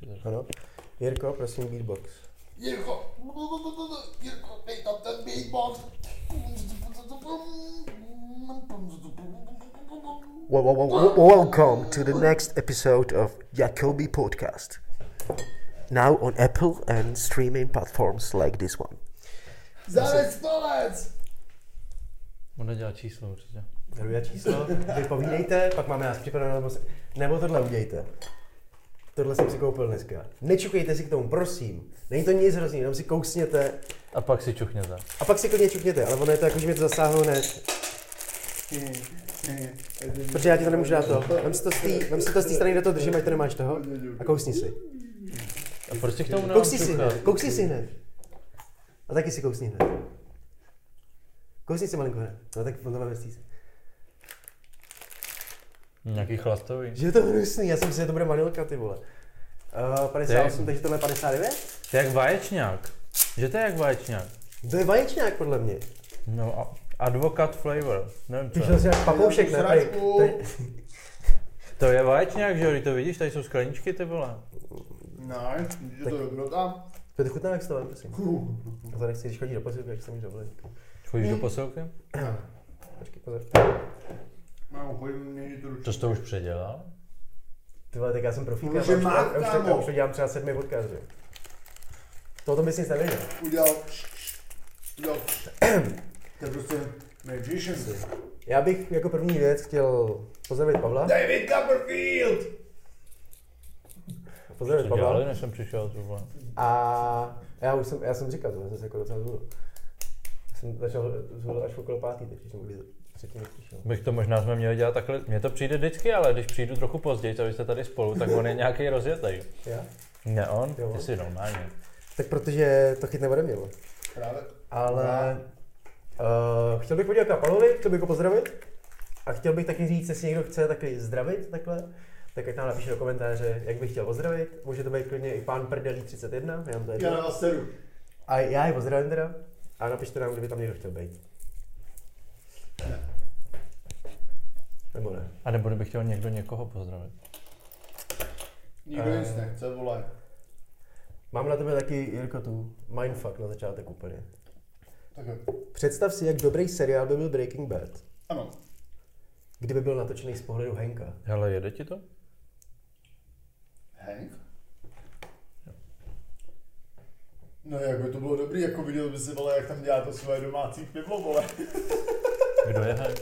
Ano. Jirko, prosím, beatbox. Jirko, dej tam ten beatbox. Welcome to the next episode of Jacoby Podcast. Now on Apple and streaming platforms like this one. Zavec stolec! On nedělá číslo určitě. Jdu číslo, vypovídejte, pak máme nás připravené, nebo tohle udějte. Tohle jsem si koupil dneska. Nečukejte si k tomu, prosím. Není to nic hrozný, jenom si kousněte. A pak si čuchněte. A pak si klidně čukněte, ale ono je to jako, že mě to zasáhlo hned. Protože já ti to nemůžu dát to. Vem si to z té strany, kde to držím, ať to nemáš toho. A kousni si. A proč si k tomu nemám čuchat? Kousni si hned. A taky si kousni hned. Kousni si malinko hned. No tak potom máme stýse. Nějaký chlastový. Že je to hnusný, já jsem si, že to bude manilka, ty vole. 58, takže tohle je 59? To je jak vaječňák. Že to je jak vaječňák. To je vaječňák podle mě. No a advocate flavor. Nevím co. Píšel si jak papoušek, ne? To je vaječňák, že jo? To vidíš, tady jsou skleničky, ty vole. Ne, je to dobrota. To je chutná jak stolem, prosím. A to nechci, když chodí do posilky, jak se může dovolit. Chodíš do posilky? Počkej, pozor. Mám chodím, není to ručí. To jsi to už předělal? Ty vole, tak já jsem profíka, Protože má, kámo. už to dělám třeba 7 podcast, že? Tohle bys nic nevěděl. Udělal. To je prostě magician. Já bych jako první věc chtěl pozdravit Pavla. David Copperfield! Pozdravit Co dělali, Pavla. než jsem přišel, ty vole. A já jsem říkal, že jsem se jako docela zvolil. Jsem začal zvolit až okolo 5. teď jsem předtím nepřišel. Bych to možná jsme měli dělat takhle, mně to přijde vždycky, ale když přijdu trochu později, a vy jste tady spolu, tak on je nějaký rozjetej. Já? Ne on? Jo. Ty jsi normálně. Tak protože to chytne ode mě, bo. Právě. Ale chtěl bych poděkovat Pavlovi, chtěl bych ho pozdravit. A chtěl bych taky říct, jestli někdo chce taky zdravit takhle, tak ať nám napíše do komentáře, jak bych chtěl pozdravit. Může to být klidně i pán Prdelí 31, já mám to jedno. Já na vás sedu. A já je pozdravím teda. A napište nám, kdyby tam někdo chtěl být. Nebo ne? A nebo kdyby chtěl někdo někoho pozdravit. Nikdo nic nechce, vole. Mám na tebe taky, Jirko, tu mindfuck na začátek úplně. Tak jo. Představ si, jak dobrý seriál by byl Breaking Bad, Ano. kdyby byl natočený z pohledu Hanka. Hele, jede ti to? Hank? No jak by to bylo dobrý, jako viděl by si, vole, jak tam dělá to svoje domácí pivo, vole. Kdo je Hank?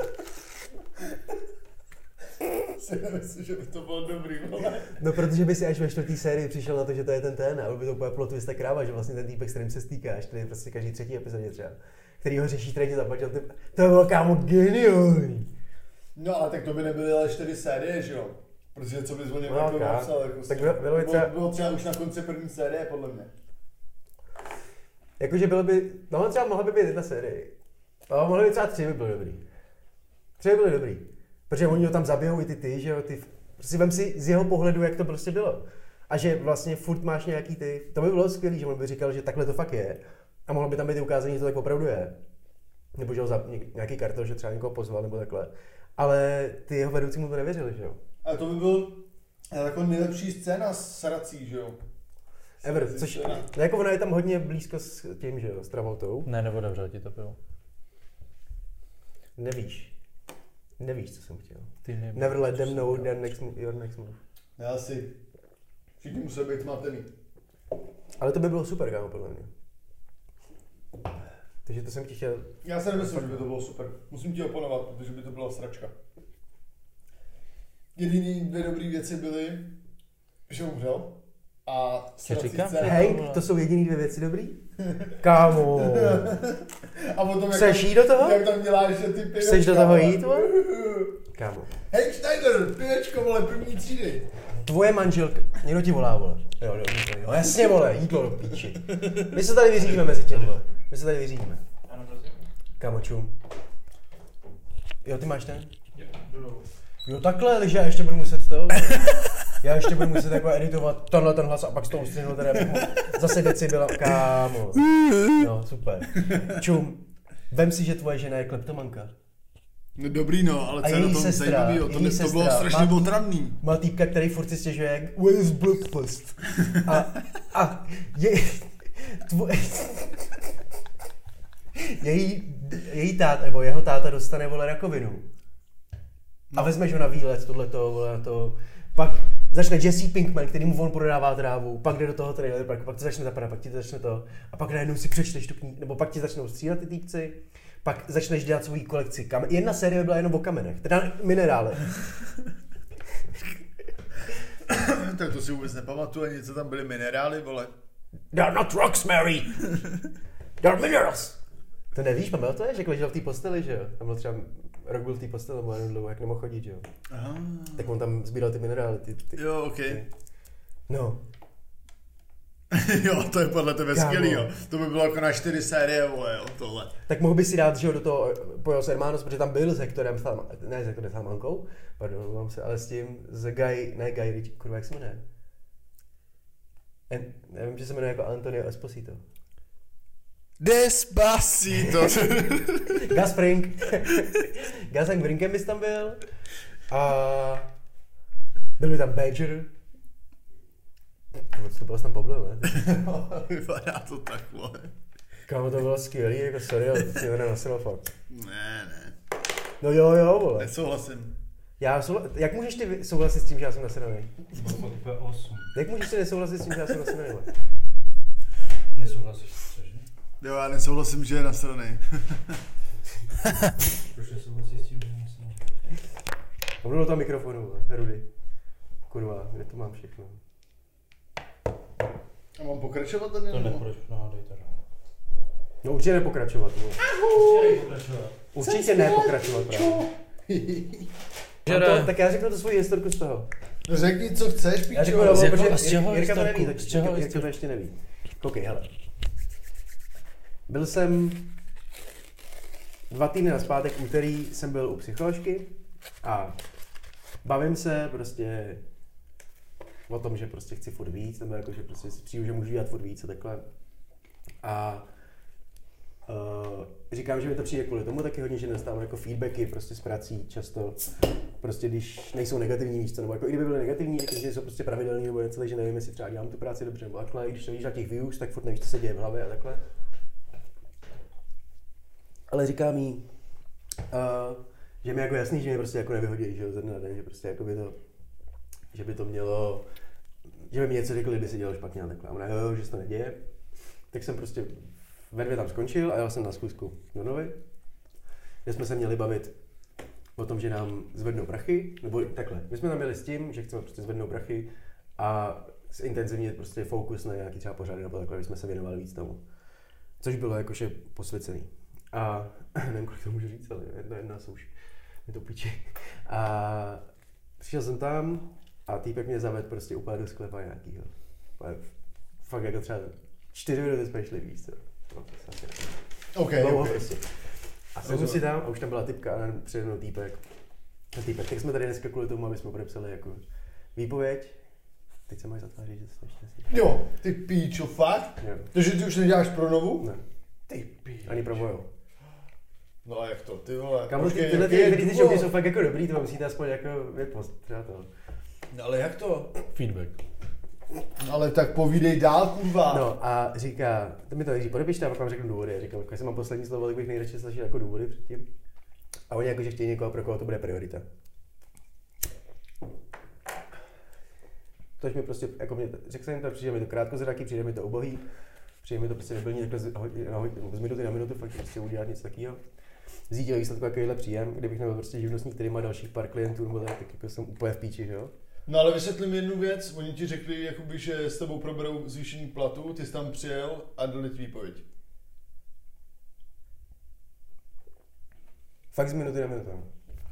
Si nemyslím, že by to bylo dobrý, vole. No protože by si až ve 4. sérii přišel na to, že to je ten a by to úplně plot twist a kráva, že vlastně ten týpek, s kterým se stýkáš, který je prostě každý 3. epizodě třeba, který ho řeší, který tě zaplatil, to bylo kámo geniální. No ale tak to by nebyly ale 4 série, že jo? Protože co bys o něm jako napsal, jako tak bylo třeba už na konci první série, podle mě. Jakože bylo by, no třeba mohla by být 1 série. Ale mohly by třeba 3 by byly dobrý. 3 by byly dobrý. Protože oni ho tam zabijou i ty, že jo, prostě vem si z jeho pohledu, jak to prostě bylo. A že vlastně furt máš nějaký ty, to by bylo skvělý, že on by říkal, že takhle to fakt je. A mohlo by tam být i ukázání, že to tak opravdu je. Nebo že ho nějaký kartel, že třeba někoho pozval, nebo takhle. Ale ty jeho vedoucí mu to nevěřili, že jo. A to by byl jako nejlepší scéna s Sarací, že jo. Ever, což, no jako ona je tam hodně blízko s tím, že jo, s Travoltou. Ne, neodevřel ti to pivo. Nevíš, co jsem chtěl. Ty nevíš, Never let them know your next move. Já si. Všichni museli být zmatený. Ale to by bylo super, kámo, podle mě. Takže to jsem ti chtěl... Já se nemyslím, že by to bylo super. Musím ti oponovat, protože by to byla sračka. Jediný 2 dobré věci byly, že umřel a srací scéna. Hank, to jsou jediný 2 věci dobrý? Kámo. A potom chceš jít do toho? Jak tam děláš ty pivečka. Chceš do toho jít, vole? Kámo. Hank Schneider, pivečko, vole, první třídy. Tvoje manželka, někdo ti volá, vole. Jo, jasně, vole, jídlo do píči. My se tady vyřídíme mezi tím, vole. Ano, prosím. Kámo, čum. Jo, ty máš ten? Jo, takhle, takže já ještě budu muset to. Já ještě budu muset jako editovat ten hlas a pak s tou střihnu teda abych mohl zase decibela. Kámo. No, super. Čum. Vem si, že tvoje žena je kleptomanka. No dobrý no, ale co je na tom zajímavýho, to bylo strašně otravný. Má týpka, který furt si stěžuje, where's breakfast? A její táta, nebo jeho táta dostane, vole, rakovinu. A vezmeš ho na výlet, tohleto, vole, na to. Pak začne Jesse Pinkman, který mu on prodává trávu, pak jde do toho trailer, pak to začne zapadat, pak ti to začne to. A pak najednou si přečteš tu knihu, nebo pak ti začnou střílet ty týpci. Pak začneš dělat svoji kolekci kamen. Jedna série byla jenom o kamenech, teda minerály. Tak to si vůbec nepamatuju, ani co tam byly minerály, vole. They're not rocks, Mary! They're minerals! To nevíš, pamatuješ, jak ležel v té posteli, že jo? Tam byl třeba, rok byl v té posteli, byl jenom dlouho, jak nemohl chodit, že jo? Aha. Tak on tam sbíral ty minerály, Jo, okej. Okay. No. Jo, to je podle tebe skvělý, jo. To by bylo jako na 4 série, vole, jo, tohle. Tak mohl by si dát, že jo, do toho Pojos Hermanos, protože tam byl s Hectorem Salamankou, pardon, mám se, ale s tím, Guy Ritchie, kurva, jak se jmenuje? Nevím, že se jmenuje jako Antonio Esposito. Despacito. Gus Fring. Gus Fringem bys tam byl. A byl by tam Badger. To bylo tam Pablo, ne? Vypadá to tak, vole. Kámo, to bylo skvělý, jako sorry, ale to si ho nenasilo fakt. Ne. No jo, vole. Nesouhlasím. Jak můžeš ty souhlasit s tím, že já jsem nasranej? Úplně 8. Jak můžeš ty nesouhlasit s tím, že já jsem nasranej? Nesouhlasíš, cože? Jo, já nesouhlasím, že je nasranej. Proč nesouhlasíš s tím, že je nasranej? Mluvil do toho mikrofonu, Rudy. Kurva, kde to mám všechno? A mám pokračovat tady? To nepůjdeš, no, dej to. No určitě nepokračovat. Určitě nepokračovat právě. Tak já řeknu to svoji historku z toho. No řekni, co chceš, píčo. Já řeknu, protože Jirka to neví, tak Jirka to ještě neví. Koukej, hele. Byl jsem 2 týdny nazpátek, úterý jsem byl u psycholožky a bavím se prostě o tom, že prostě chci furt víc, nebo jako, že prostě si přijdu, že můžu dělat furt víc a takhle. A říkám, že mi to přijde kvůli tomu, taky hodně, že dostávám jako feedbacky prostě z prací často, prostě když nejsou negativní, víš co, nebo jako i kdyby byly negativní, že jsou prostě pravidelný nebo něco, takže nevím, jestli třeba dělám tu práci dobře nebo takhle, i když to víš na těch views, tak furt nevíš, co se děje v hlavě a takhle. Ale říkám jí, že mi jako jasný, že mě prostě jako nevyhodí, že jo, ze dne na den, že prostě jako že by to mělo, že by mi něco řekli, kdyby se dělalo špatně a takhle. A ona, jo, že se to neděje. Tak jsem prostě ve 2 tam skončil a jel jsem na schůzku do Novy, kde jsme se měli bavit o tom, že nám zvednou prachy, nebo takhle. My jsme tam byli s tím, že chceme prostě zvednout prachy a zintenzivnit prostě fokus na nějaký třeba pořady nebo takhle, aby jsme se věnovali víc tomu. Což bylo jakože posvěcený. A nevím, kolik to můžu říct, ale jedna jsou už, je to píči. A přišel jsem tam a týpek mě zavedl prostě úplně do sklepa nějakýho. Fakt jako třeba 4 minuty jsme šli, víc, co? No, Okay. Prostě. A jsem si tam a už tam byla typka a přede mnou týpek. Tak jsme tady dneska kvůli tomu, aby jsme podepsali jako výpověď. Teď se máš zatvářit, že jsi nešťastný. Jo, ty píčo, fakt? Jo. Takže ty už neděláš pro Novu? Ne. Ty píčo. Ani pro mojou. No a jak to, ty vole? Kámo, tyhle ty joky jsou fakt jako dobrý, to musíte aspoň jako věpost, třeba to. No ale jak to? Feedback. No ale tak povídej dál, kurva. No a říká, to mi to nejdřív podepište a pak vám řeknu důvody. A říkal, když mám poslední slovo, tak bych nejradši slyšel jako důvody předtím. A oni jako, že chtějí někoho, pro koho to bude priorita. Tož mi prostě, jako mě, řekl jsem jim to, přijde mi to krátkozraký, přijde mi to ubohý, přijde mi to prostě nebyl takhle z minuty na minutu, fakt prostě udělat něco takového. Vzít dělat výsledku takovýhle příjem, kdybych nebyl prostě živnostník, který má dalších pár klientů, nebo tak jako jsem úplně v píči, že jo? No ale vysvětlím jednu věc, oni ti řekli, jakoby, že s tebou proberou zvýšení platu, ty jsi tam přijel a dali ti výpověď. Fakt z minuty na minutu.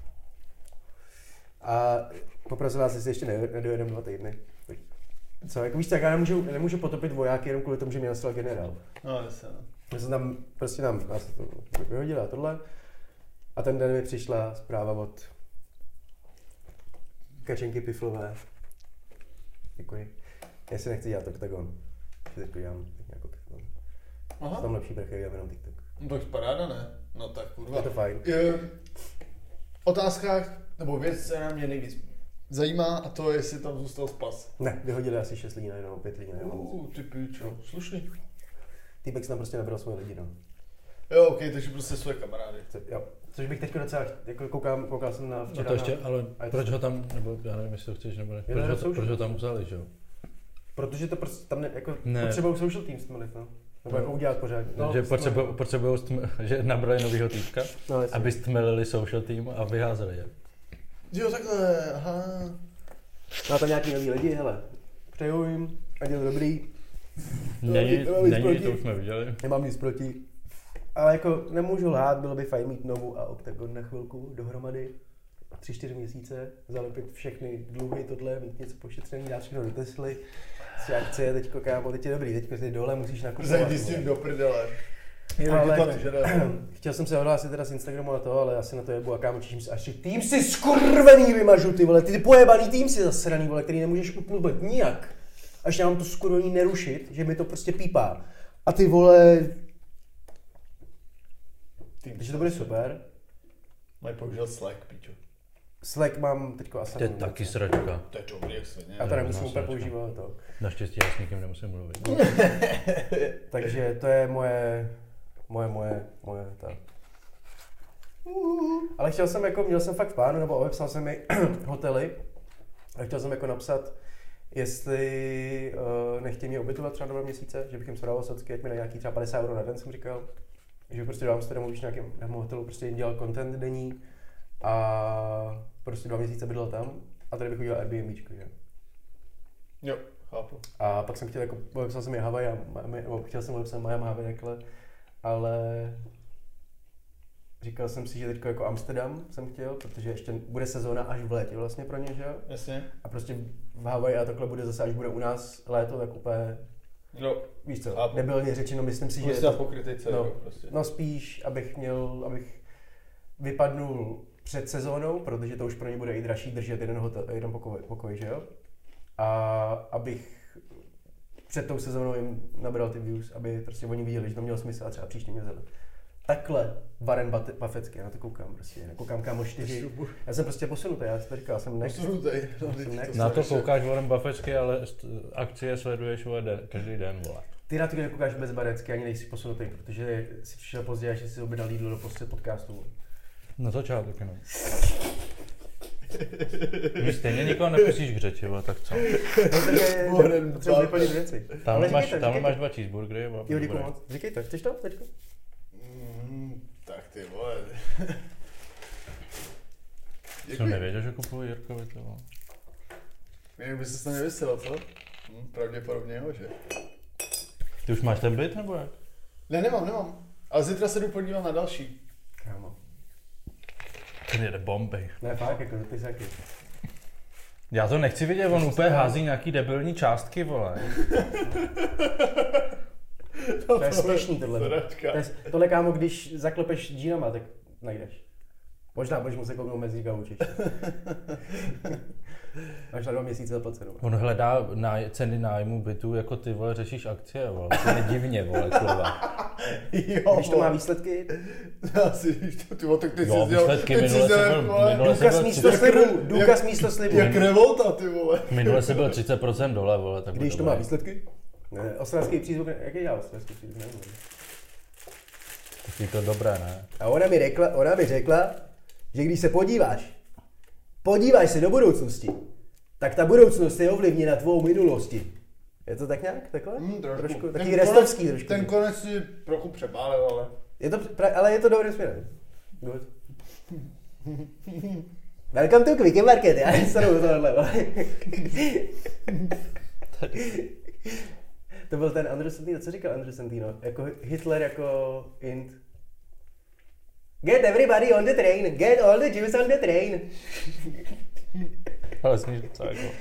A poprosil vás, jestli ještě nedojedeme 2 týdny. Co, jako víš, tak já nemůžu potopit vojáky jenom kvůli tomu, že mě nastrel generál. No jasně. Já jsem tam, prostě nás to vyhodila a tohle. A ten den mi přišla zpráva od Kačenky Piflové. Děkuji. Já si nechci dělat Octagon. Si teď dělám jako Octagon. Aha. Tam lepší prachy, dělám jenom TikTok. No tak paráda, ne? No tak kurva. Je to fajn. otázkách, nebo věc, která mě nejvíc zajímá, a to je, jestli tam zůstal spas. Ne, vyhodili asi 6 lidí najednou, 5 lidí najednou. Ty pičo, slušný. Týpek si tam prostě nebral svoje lidi, no. Jo, ok, takže prostě svoje kamarády. Jo. Což bych teď docela, jako koukal jsem na včera. No to ještě, na... ale proč ho tam, nebo já nevím, jestli to chceš, nebo ne, proč ho tam vzali, že jo? Protože to prostě tam jako ne. Potřebují social team stmelit, no. Nebo jako udělat pořádně. No, že potřebují, že nabrali novýho týpka, no, aby stmelili social team a vyházeli je. Jo, takhle, aha. Má tam nějaký nový lidi, hele. Přeju jim, ať je to dobrý. Není, to už jsme viděli. Nemám nic proti. Ale jako nemůžu lhát, bylo by fajn mít Novu a Octagon na chvilku dohromady. 3-4 měsíce, zalepit všechny dluhy, tohle, mít něco pošetřený, dát všechno do Tesly. Si akcie, teďko kámo, teď je dobrý, teďko ty dole musíš nakupovat. Zajdi s tím do prdele. Ale chtěl jsem se odhlásit teda z Instagramu na to, ale asi na to jebu a kámo, čiším se až ty tým si skurvený vymažu, ty vole, ty pojebaný tým si zasraný, vole, který nemůžeš utnout nijak. Až já mám to skurvený nerušit, že mi to prostě pípá. A ty vole... Takže to bude super. Mají použil Slack, píčo. Slack mám teďko asi... To je taky sračka. To je dobrý, jak svině. Já to nemusím úplně používat to. Naštěstí já s nikým nemusím mluvit. Takže to je moje tak. Ale chtěl jsem jako, měl jsem fakt v plánu, nebo obepsal jsem mi hotely a chtěl jsem jako napsat, jestli nechtějí mě ubytovat třeba 2 měsíce, že bych jim spadal socky, ať mi na nějaký třeba 50 € na den, jsem říkal. Že prostě do Amsterdamu, když nějakém hotelu prostě jim dělal content denní a prostě 2 měsíce bydlel tam a tady bych udělal Airbnbčko, že? Jo, chápu. A pak jsem chtěl jako, obepsal jsem je Hawaii, nebo chtěl jsem obepsat Miami Hawaii takhle, ale říkal jsem si, že teďko jako Amsterdam jsem chtěl, protože ještě bude sezóna až v létě vlastně pro ně, že jo? Jasně. A prostě v Hawaii a takhle bude zase, až bude u nás léto, tak úplně, no, víš co, chápu. nebyl řečeno, myslím si, že... Prostě pokrytej celý no, rok prostě. No spíš, abych vypadnul před sezónou, protože to už pro ně bude i dražší držet jeden pokoj, že jo? A abych před tou sezónou jim nabral ty views, aby prostě oni viděli, že to mělo smysl a třeba příště mě vzali. Takhle Warren Buffettský, já na to koukám prostě, koukám kámo 4. Já jsem prostě posunutý, já si to říkal, já jsem next. Na to koukáš Warren Buffettský, ale akcie sleduješ každý den, vole. Ty na to nekoukáš bez Barecky, ani nejsi posunutý, protože jsi přišel později, že jsi objednal jídlo do podcastu. Na začátku, no. Když stejně nikoho nepustíš k řeči, tak co? Potřebuji vyplnit věci. Tamhle máš 2 cheeseburgery. Jo, děkuji moc. Říkej to, chceš to teďko? Tak ty vole. Jsem nevěděl, že kupuji Jirkovi to. Jinak by se to nevyselo, co? Pravděpodobně jo, že? Ty už máš ten byt, nebo jak? Ne, nemám. Ale zítra se jdu podívat na další. Kámo. Ten jede bomby. Ne, fakt, jako ty saky. Já to nechci vidět, on úplně hází nějaký debilní částky, vole. To je směšný tohle. Tohle kámo, když zaklepeš džínama, tak najdeš. Možná budeš muset kouknout mezi gauči. Máš na 2 měsíce zaplacenou. On hledá ceny nájmu bytu, jako ty vole řešíš akcie, vole. To je divně, vole, klova. Jo, když to má výsledky? Asi, tak ty jo, jsi výsledky, minule důkaz místo slibu. Jak revolta, ty vole. Minule se byl 30% dole, vole. Tak když to má výsledky? Ne, ostravský přízvuk, jaký je ostravský přízvuk? Nevím. Tak je to dobré, ne? A ona mi řekla, že když se podíváš se do budoucnosti, tak ta budoucnost je ovlivněna tvou minulostí. Je to tak nějak? Takhle? Trošku. Taký restovský trošku. Ten konec si trochu přepálil, ale... Ale je to dobrým směrem. Good. Welcome to Quick Market, já nestanu do tohohle. To byl ten Andrew Santino, co říkal Andrew Santino? Jako Hitler jako int. Get everybody on the train, get all the Jews on the train. Ale sníš docela jako.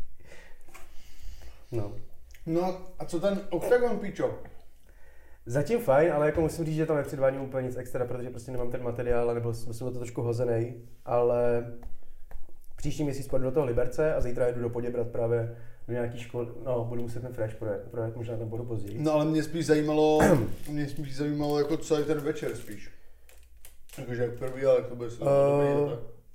No a co ten Octagon, píčo? Zatím fajn, ale jako musím říct, že tam nepředvádím úplně nic extra, protože prostě nemám ten materiál, nebo jsem to trošku hozenej, ale příští měsíc půjdu do toho Liberce a zítra jdu do Poděbrat právě do nějaký školy, no budu muset ten Fresh projet, možná tam budu později. No ale mě spíš zajímalo jako celý ten večer spíš. Jakože jak první, ale jak to bude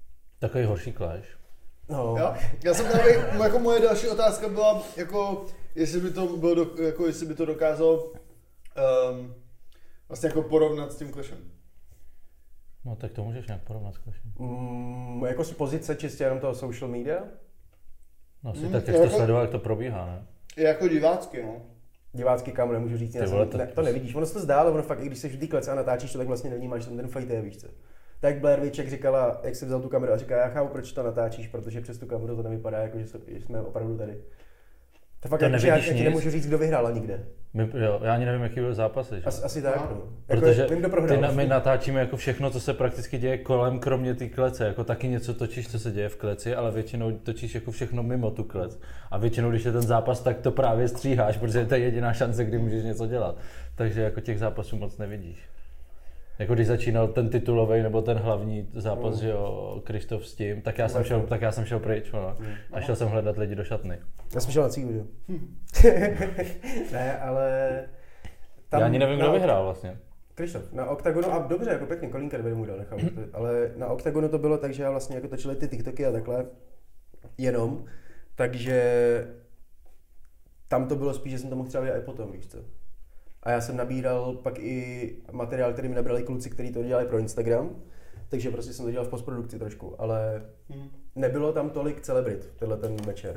Takový horší Clash. No. Jo? Já jsem tady, jako moje další otázka byla, jako, jestli by to dokázalo vlastně jako porovnat s tím Clashem. No tak to můžeš nějak porovnat s Clashem. Jako z pozice čistě jenom toho social media? No si tak, jak to sledoval, jak to probíhá, ne? Je jako divácky, no. Divácky kam nemůžu říct, to nevidíš. Ono se to zdá, ale ono fakt, i když jsi v té klece a natáčíš to, tak vlastně nevnímáš, že tam ten fight je, víš co. Tak Blair Witch říkala, jak si vzal tu kameru a říká, já chápu, proč to natáčíš, protože přes tu kameru to nevypadá, jako že jsme opravdu tady. To fakt, jako, že já ti nemůžu říct, kdo vyhrál a nikde. Jo, já ani nevím, jaký byl zápas. Asi tak, no. Protože jako, vím, my natáčíme jako všechno, co se prakticky děje kolem, kromě té klece. Jako taky něco točíš, co se děje v kleci, ale většinou točíš jako všechno mimo tu klec. A většinou, když je ten zápas, tak to právě stříháš, protože to je jediná šance, kdy můžeš něco dělat. Takže jako těch zápasů moc nevidíš. Jako když začínal ten titulový nebo ten hlavní zápas, že jo, Krištof s tím, tak já jsem šel pryč, no. A šel jsem hledat lidi do šatny. Já jsem šel na cílu, jo. Ne, ale... Tam já ani nevím, kdo vyhrál vlastně. Krištof, na OKTAGONu, a dobře, jako pěkný, Kolínka by mu dal, nechám. Ale na OKTAGONu to bylo tak, že já vlastně jako točili ty TikToky a takhle, jenom, takže tam to bylo spíš, že jsem to mohl třeba vidět i potom, víš co. A já jsem nabíral pak i materiál, který mi nabrali kluci, kteří to dělali pro Instagram, takže prostě jsem to dělal v postprodukci trošku, ale nebylo tam tolik celebrit tenhle ten večer.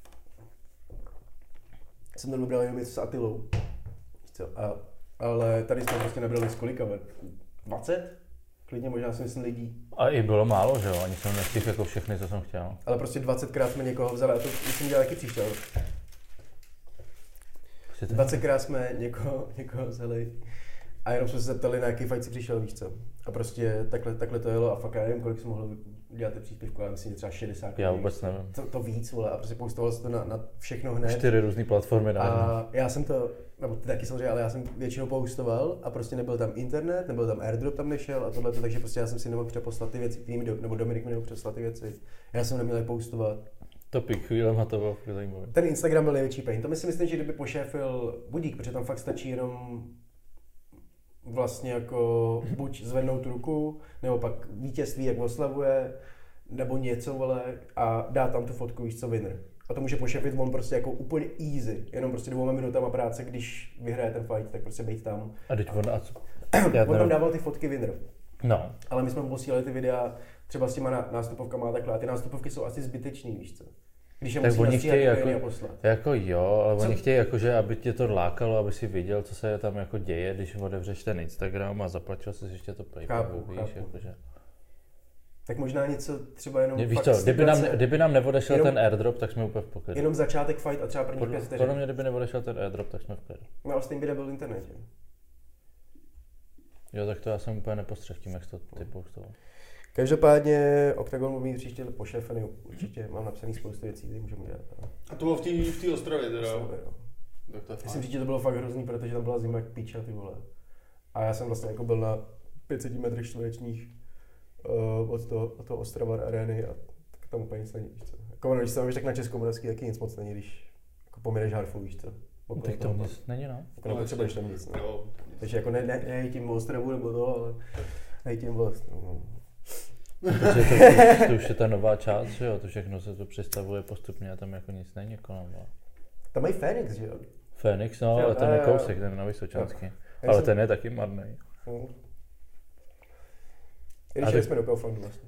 Jsem tam nabral jenom něco s Attilou, ale tady jsme prostě nabrali z kolika, 20? Klidně možná si myslím lidí. A i bylo málo, že jo, ani jsem nestihl jako všechny, co jsem chtěl. Ale prostě 20krát jsme někoho vzali a to jsem dělal taky příště. 20krát jsme někoho vzali a jenom jsme se zeptali, na jaký fight si přišel, víš co. A prostě takhle to jelo a fakt já nevím, kolik jsem mohl dělat ty příspěvku, já myslím, že třeba 60. Já vůbec nevím. To víc, vole, a prostě postovalo se to na všechno hned. 4 různé platformy. A já jsem to, nebo ty taky samozřejmě, ale já jsem většinou postoval a prostě nebyl tam internet, nebyl tam airdrop, tam nešel a tohle, takže prostě já jsem si nemohl přeposlat ty věci, nebo Dominik mi nemohl přeslat ty věci. Já jsem neměl je postovat. Topik, chvílema to bylo zajímavé. Ten Instagram byl největší pain. To myslím, že kdyby pošéfil Budík, protože tam fakt stačí jenom vlastně jako buď zvednout ruku, nebo pak vítězství, jak oslavuje, nebo něco, vole, a dá tam tu fotku, víš co, winner. A to může pošefit on prostě jako úplně easy, jenom prostě 2 minutama práce, když vyhraje ten fight, tak prostě být tam. A teď on tam dával ty fotky winner. No. Ale my jsme mu posílali ty videa třeba s těma nástupovkama a takhle, a ty nástupovky jsou asi zbytečný, víš co. Když je tak musí oni chtějí jako jo, ale oni chtějí jakože, aby tě to lákalo, aby si viděl, co se tam jako děje, když otevřeš ten Instagram a zaplatil jsi ještě to pay-per-view, víš, jakože. Tak možná něco třeba jenom víš co, kdyby nám neodešel ten airdrop, tak jsme úplně v poklidu. Jenom začátek fight a třeba první 5 vteřin. Podle mě, kdyby neodešel ten airdrop, tak jsme v klidu. No ale s tím by nebyl internet, že? Jo, tak to já jsem úplně nepostřehl tím, jak to ty postoval. Každopádně OKTAGON mluví příště pošéfený, určitě mám napsaný spoustu věcí, které můžeme dělat. A to bylo v té Ostravě teda, jo? Myslím říct, že to bylo fakt hrozný, protože tam byla zima jak píča, ty vole. A já jsem vlastně jako byl na 500 metrech čtverečních od toho Ostrava arény a tak tam úplně nic není, víš co. Jako když se vám tak na Českomoravský, taky nic moc není, když jako poměreš harfu, víš co. Tak to nic není, no. Jako nepotřebuješ tam nic, no. Takže jako nehejtím Ostravu nebo to, ale hejtím vlast, no. To už je ta nová část, že jo, to všechno se to představuje postupně a tam jako nic není kolem. Tam mají Fénix, že jo? Fénix, no, ale ten je kousek, ten je na Vysočanský. Ale ten je taky marný. I když jsme do Kauflandu vlastně.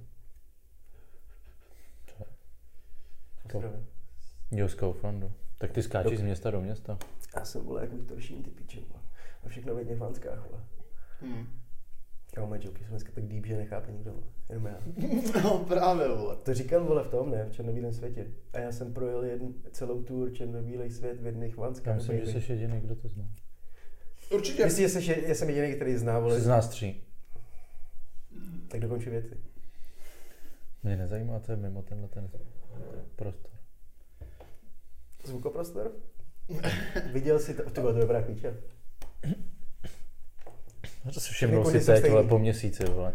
Jo, z Kauflandu. Tak ty skáčíš z města do města. Já jsem, vole, jako to šíní ty píče, a všechno v jedných Vanskách, vole. Kámo, moje joky jsou dneska tak deep, že nechápe nikdo, jenom já. No právě, vole. To říkal, vole, v tom, ne, v Černobílém světě. A já jsem projel celou tour Černobílej svět v jedných Vanskách. Já myslím, že jsi jediný, kdo to zná. Určitě. Myslím, že jsem jediný, který zná, vole. Jsi z nás 3. Tak dokončí věci. Mě nezajímá, co je mimo tenhle ten prostor. Zvukoprostor? Viděl jsi to? To byla dobrá píče. To si všimnul si teď, ale po měsíci, vole.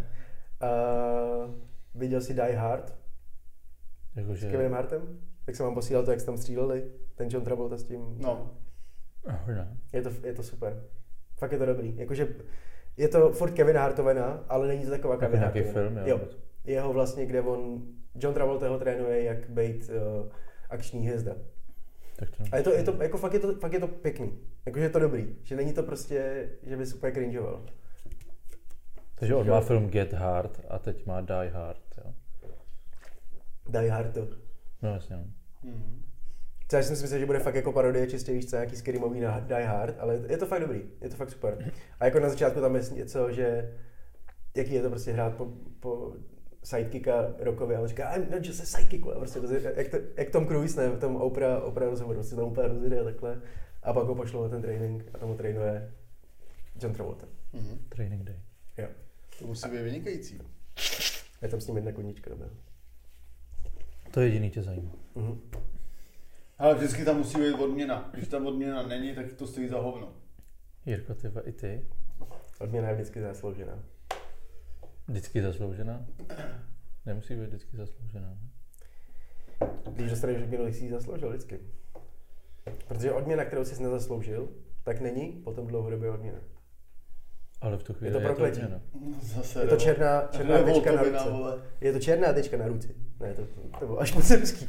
Viděl jsi Die Hard? Jakože... S Kevinem Hartem? Jak jsem vám posílal to, jak se tam stříleli? Ten John Travolta s tím? No. Ne. Je to super. Fakt je to dobrý. Jakože je to furt Kevin Hartovena, ale není to taková Kevin Hartovena. Nějaký film, jo. jeho vlastně, kde John Travolta ho trénuje, jak být akční hvězda. Tak to... A fakt je to pěkný. Jakože je to dobrý. Že není to prostě, že bys úplně cringeoval. Takže on má film Get Hard a teď má Die Hard, jo? Die Hard to. No jasně, no. Co já jsem si myslel, že bude fakt jako parodie, čistě víš co, nějaký scary movie na Die Hard, ale je to fakt dobrý, je to fakt super. A jako na začátku tam je něco, že jaký je to prostě hrát po sidekicka Rockovi a on říká I'm not just a sidekick, a prostě jak Tom Cruise, ne, v tom Oprah rozhovoru, prostě tam úplně rozjede takhle a pak ho pošlou na ten trénink a tam ho trénuje John Travolta. Training Day. Jo. To musí být vynikající. Je tam s ním jedna koníčka, dobrá. To jediný tě zajímá. Ale vždycky tam musí být odměna. Když tam odměna není, tak to stojí za hovno. Jirko, i ty? Odměna je vždycky zasloužená. Vždycky zasloužená? Nemusí být vždycky zasloužená, ne? Když dostaneš odměnu, jsi ji zasloužil vždycky. Protože odměna, kterou jsi nezasloužil, tak není potom dlouhodobě odměna. Ale v tu chvíli je to prokletí. Zase, je to černá tečka na ruce. Je to černá tečka na ruce. Ne, to bylo až moc srbský.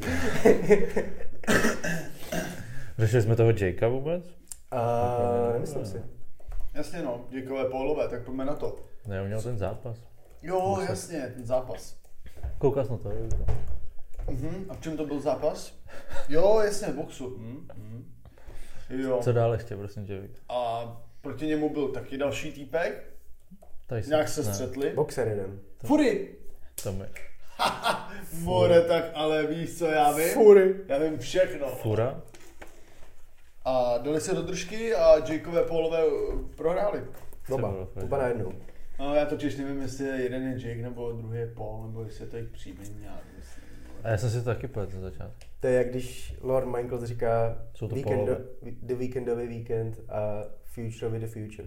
Řešili jsme toho Jakea vůbec? Nemyslím si. Jasně no, Jakeové Paulové, tak pojďme na to. Ne, on měl ten zápas. Jo, jasně, ten zápas. Koukal jsi na to, jo? A v čem to byl zápas? Jo, jasně, v boxu. Jo. Co dál ještě, prosím tě, víc? A proti němu byl taky další týpek. Tyson. Nějak se střetli. Boxer jeden. Fury! Tam je. More, tak ale víš co, já vím? Fury. Já vím všechno. Fura? A dali se do držky a Jakeové Paulové prohráli. Oba najednou. No já totiž nevím, jestli jeden je Jake nebo druhý je Paul, nebo jestli je to jejich příjmení, já myslím. A já jsem si to taky pletl na začátku. To je jak když Lord Michaels říká the weekendový víkend a futureový the future.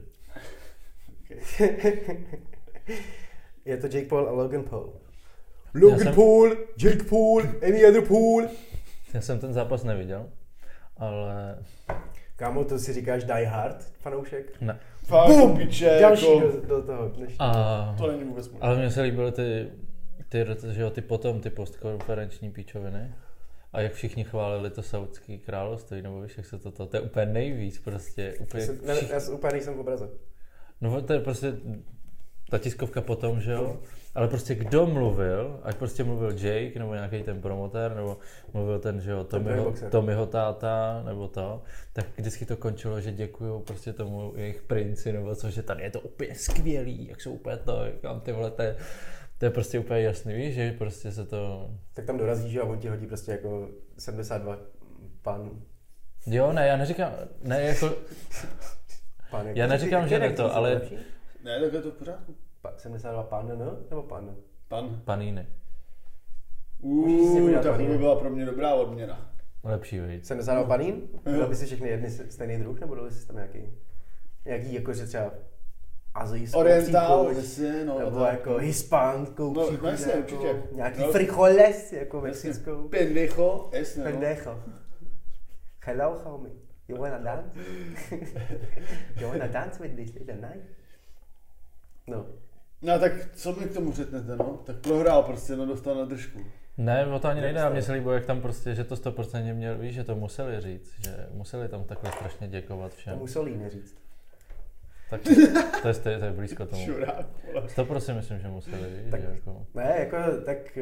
Je to Jake Paul a Logan Paul. Paul, Jake Paul, any other Paul. Já jsem ten zápas neviděl, ale... Kámo, to si říkáš Die Hard, fanoušek? Ne. Boom! Piče, další jako... do toho dnešní. To není vůbec možné. Ale mně se líbily ty postkonferenční píčoviny. A jak všichni chválili to Saúdské království, nebo víš, jak se to je úplně nejvíc, prostě úplně já úplně nejsem v obraze. No to je prostě ta tiskovka potom, že jo, ale prostě kdo mluvil, ať prostě mluvil Jake, nebo nějaký ten promotér, nebo mluvil ten, že jo, Tommyho táta, nebo to, tak vždycky to končilo, že děkujou prostě tomu jejich princi, nebo co, že tady je to úplně skvělý, jak jsou úplně to, kam ty vole, to je prostě úplně jasný, víš, že prostě se to... Tak tam dorazíš, že a on ti hodí prostě jako 72 pan. Jo, ne, já neříkám, ne, jako... Pan, já neříkám, že ne to, ale... Ne, tak je to v pořádku. 72 pan, no? Nebo pan? Paníny. Tak by byla pro mě dobrá odměna. Lepší, víc. 72 panín? Dal by si všechny jedny stejný druh, nebo dal by si tam nějaký jako, že třeba azijskou orientál, nebo jako hispánskou příchuť, jasně, určitě. Nějaký frijoles, jako mexickou. Pendejo, jasně. Pendejo. Hello, homie. You wanna dance? You wanna dance with this little knife? No. No tak co mi k tomu řeknete, no? Tak prohrál prostě, no dostal na držku. Ne, o to ani nejde, a mně se líbilo, jak tam prostě, že to 100% měl, víš, že to museli říct, že museli tam takhle strašně děkovat všem. To museli neříct. Tak to je blízko tomu. Šurák, 100% myslím, že museli, víš, tak, jako... Ne, jako, tak...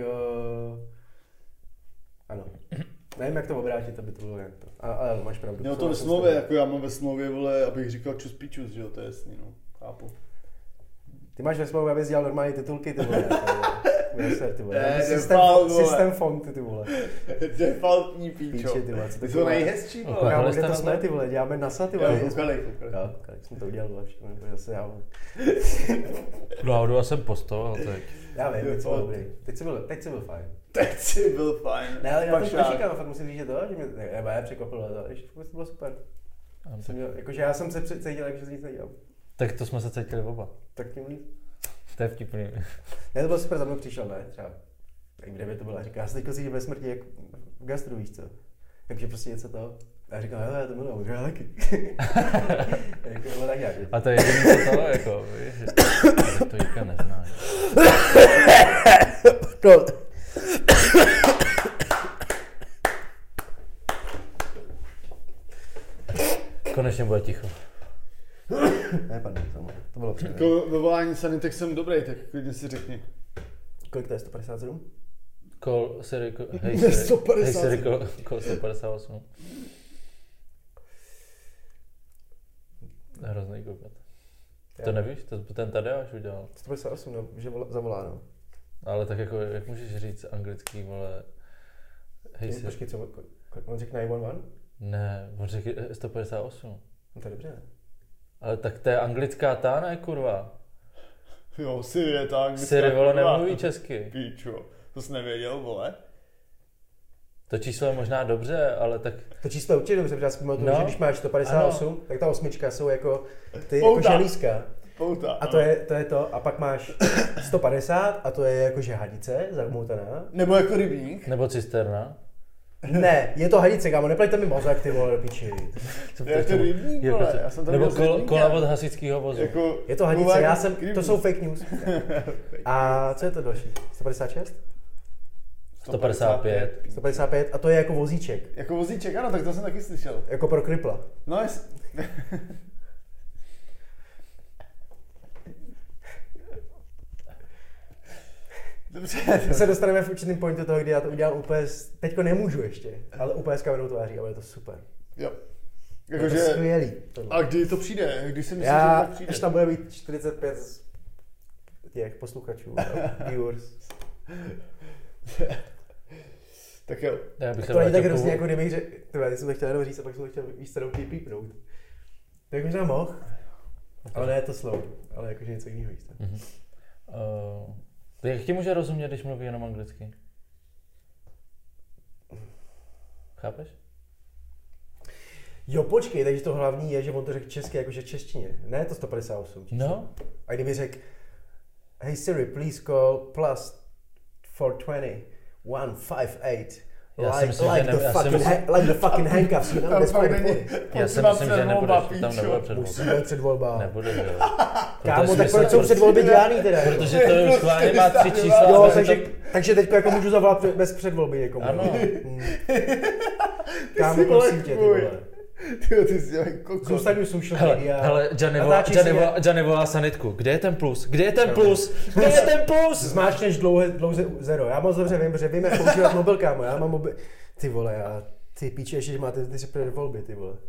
ano. Nevím, jak to obrátit, aby to bylo jak to. Ale máš pravdu. Jo, to ve smlouvě, jako já mám ve smlouvě, vole, abych říkal čus pičus, že jo, to je jasný, no. Chápu. Ty máš ve smlouvě, abys dělal normální titulky, ty vole. Ty vole. Systém font, ty vole. Defaultní píčo. Píče, ty vole. To jsou nejhezčí, vole. Kámo, kde to jsme, ty vole, děláme NASA, ty vole. Jo, kolik. Jo, jsem to udělal, vole, všechno, zase já, vole. No, já jsem postoval teď. Já vím, teď jsi byl dobrý. Teď jsi byl fajn. Teď jsi byl fajn. Ne, ale já to nečekám, fakt musím říct, že to, že mě překvapilo, ale ještě to bylo super. Jakože já jsem se cítil, že se nic nedělal. Tak to jsme se cítili oba. Tak tím líp. To je vtipný. Ne, to bylo super, za mnou přišel, ne, třeba. Tak v 9 to bylo a říká, já se teď cítím ve smrti, jak v gastru, víš co. Takže prostě něco to. A já říkám, já to miluji, já taky. Jako bylo tak nějak. A to je jediný co to, jako, víš, to Jirka neznáš. No. Konečně bude ticho. Ne, pardon, to bylo příjemné. Jako ve volání Sanitek jsem dobrý, tak klidně si řekni. Kolik to je, 157? Hej Siri, 150. hej Siri, kol 158. Hrozný kokot. To nevíš? To ten Tadeáš udělal. 158, no, že zavolá, no. Ale tak jako, jak můžeš říct anglický, vole, hej Siri. Počkej, co, on řekne 911? Ne, on řekl 158. No to je dobře, ne? Ale tak to je anglická ta, ne, kurva. Jo, Siri je tak. Siri, vole, nemluví česky. Píčo, to jsi nevěděl, vole? To číslo je možná dobře, ale tak... To číslo je určitě dobře, protože já si pamatuju, No. že když máš 158, Ano. tak ta osmička jsou jako ty Pouta. jako želízka. Pouta. A to je to, a pak máš 150 a to je jako že hadice, zamoutaná. Nebo jako rybník. Nebo cisterna. Ne, je to hadice, kámo, neplejte mi mozek, ty vole, do piči. Je to rybník, Jako vole, to- já jsem to Nebo viděl s rybníkem. kola od hasičského vozu. Jako, Je to hadice, mluvá já jako jsem, rybník. to jsou fake news. A co je to další? 156? 155. 155 a to je jako vozíček, Jako vozíček, ano, tak to jsem taky slyšel. jako pro kripla. No, Dobře. Se dostaneme v určitým pointu toho, kdy já to udělám úplně, teďko nemůžu ještě, ale úplně s kamerou tváří, ale je to super. Jo. Je to Jakože, skvělý. a kdy to přijde? Kdy si myslíš, že Já, to přijde? až tam bude být 45 těch posluchačů, viewers. Tak jo. Já bych se To není tak vrátil hrozně, půl- jako kdybych řekl, já jsem to chtěl jenom říct a pak jsem to chtěl víc jenom pípnout. Tak možná mohl, ale ne to slovo, ale jakože něco jiného jistě. Jak ti může rozumět, když mluví jenom anglicky? Chápeš? Jo, počkej, takže to hlavní je, že on to řekl česky, jakože češtině, ne to 158. číslo. No. A kdyby řekl, hey Siri, please call plus 420 158. Já si myslím, že like, ne- the já si fucking myslím- like the fucking handcuffs, you know, that's Tam quite není. important. Já si Potřeba myslím, že předvolba, nebudeš, tam píčo. nebude předvolba. Musíme předvolba. Nebude, že jo. Kámo, tak Protože proč jsou předvolby dělaný teda? Protože to je schválně má 3 čísla. Jo, a takže teďko jako můžu zavolat bez předvolby někomu. Ano. Kámo, jsi, vole, prosím tě, ty tvůj. vole. Ty jsi jak kokos. Zůstaň u social media. Hele, Natáčí si Gianni volá sanitku. Kde je ten plus? Kde je ten plus? Kde je ten plus? Zmáčkneš dlouze zero. Já moc dobře vím, protože vím, jak používat mobil, kámo. Já mám mobil. Ty vole, ty píče, ještě, že máte ty předvolby, ty vole.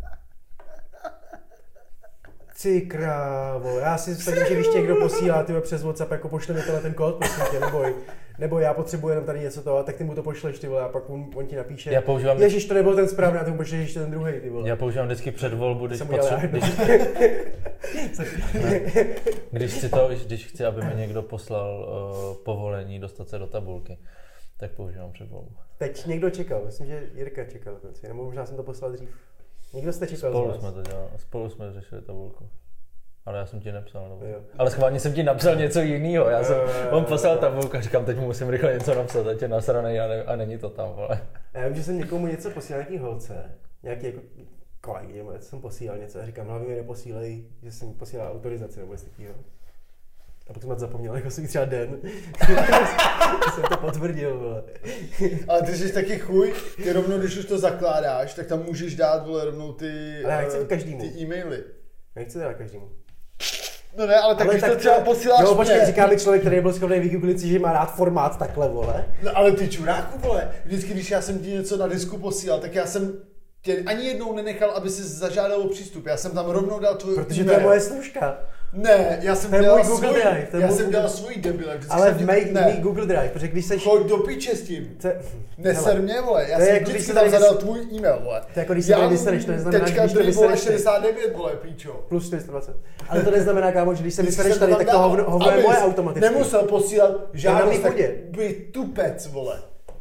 Ty krávo, já si vsadím, že když tě někdo posílá ty přes WhatsApp, jako pošle mi ten kód, prosím tě, neboj. Nebo já potřebuji jenom tady něco toho, tak ty mu to pošleš, ty vole, a pak on ti napíše. Já používám- Ježíš, to nebyl ten správný, a ty mu pošleš ještě ten druhý, ty vole. Já používám vždycky předvolbu, když Jsem udělal když chci, aby mi někdo poslal povolení dostat se do tabulky, tak používám předvolbu. Teď někdo čekal, myslím, že Jirka čekal, nebo možná jsem to poslal dřív. Někdo jste čekal Spolu z vás. jsme to dělali, spolu jsme řešili tabulku. Ale já jsem ti nepsal, nebo... Jo. Ale schválně jsem ti napsal něco jiného. On Jo. poslal tabulku a říkám, teď mu musím rychle něco napsat, ať je nasranej a není to tam, vole. Já vím, že jsem někomu něco posílal, nějaký holce, nějaký jako kolegy, jsem posílal něco a říkám, hlavně mi neposílej, že jsem posílal autorizaci nebo něco takového. A pak jsem na to zapomněl, jako jsem třeba den. jsem to potvrdil, vole. Ale ty jsi taky chuj, ty rovnou, když už to zakládáš, tak tam můžeš dát, vole, rovnou ty, Ale já nechci to každému. ty e-maily. Nechci teda každému. No ne, ale tak když to třeba posíláš Jo, počkej, mě. říká mi člověk, který byl schopný vygooglit si, že má rád formát takhle, vole. No ale ty čuráku, vole, vždycky, když já jsem ti něco na disku posílal, tak já jsem tě ani jednou nenechal, aby si zažádal o přístup. Já jsem tam rovnou dal tvůj Protože to je moje služka. Ne, já jsem To je dělal můj Google svůj, Drive, to je já můj jsem Google- dělal svůj debil. Ale v mý Google Drive, protože když seš... Choď do piče s tím. Neser mě, vole, já To je jsem jako, když vždycky si tam tady zadal tvůj e-mail, vole. To je jako, když si tady vysereš, to neznamená, že když to Tečka vole, vysereš ty. 69, vole, píčo. Plus 420. Ale to neznamená, kámo, že když se Vždycky vysereš jsem tady, tak to dal, hovno je abys moje automaticky. Nemusel posílat na žádný mý chudě. by tupec, vole.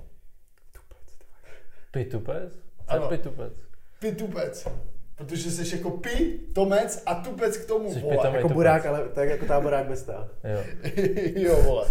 Pitupec? Ano. Pitupec. Py tupec. Protože jsi jako pi, tomec a tupec k tomu, Jsi vole. pitomej. Jako tupec. burák, ale tak jako táborák bez tá. Jo. Jo, vole.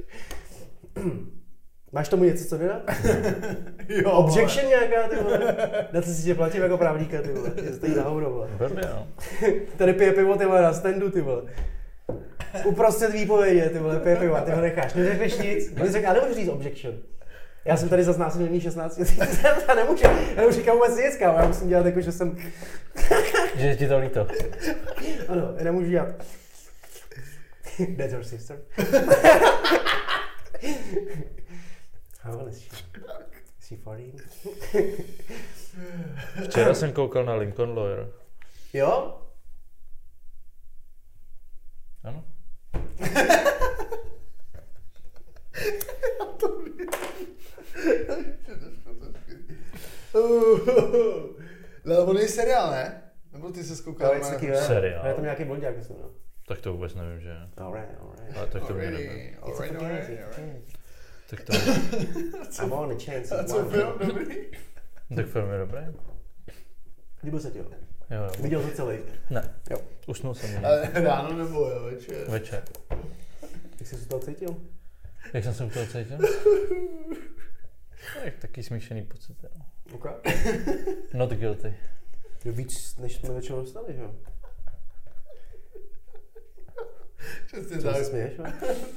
Máš tomu něco co dodat? Jo, Objection nějaká, ty vole? Na co si tě platím jako právníka, ty vole? Že stojí na hovno, vole. Blbě, no. Tady pije pivo, ty vole, na standu, ty vole. Uprostřed výpovědě, ty vole, pije pivo a ty ho necháš. Neřekneš nic, on řekl, já nemůžu říct objection. Já jsem tady za znásilnění 16 já nemůžu říkat vůbec nic, kámo, já musím dělat jako, že jsem... Že je ti to líto. Ano, já nemůžu dělat. That's your sister. How old is she? Is she 40? Včera jsem koukal na Lincoln Lawyer. Jo? Ano. Ale on je seriál, ne? Nebo ty se skoukal na... Seriál. Je tam nějaký blonďák, myslím, no. Tak to vůbec nevím, že je. Alright. Ale tak to mě nevím. Tak to... I want a chance. A co film dobrý? Tak film je dobrý. Líbil se ti ho? Jo. Viděl to celý? Ne. Jo. Usnul jsem. Ale ráno nebo jo, večer? Večer. Jak jsi se toho cítil? Jak jsem se u toho cítil? Tak taky smíšený pocit, jo. Okay. Not guilty. Je víc, než jsme většinou dostali, že jo? Přesně Co tak. se směješ, jo?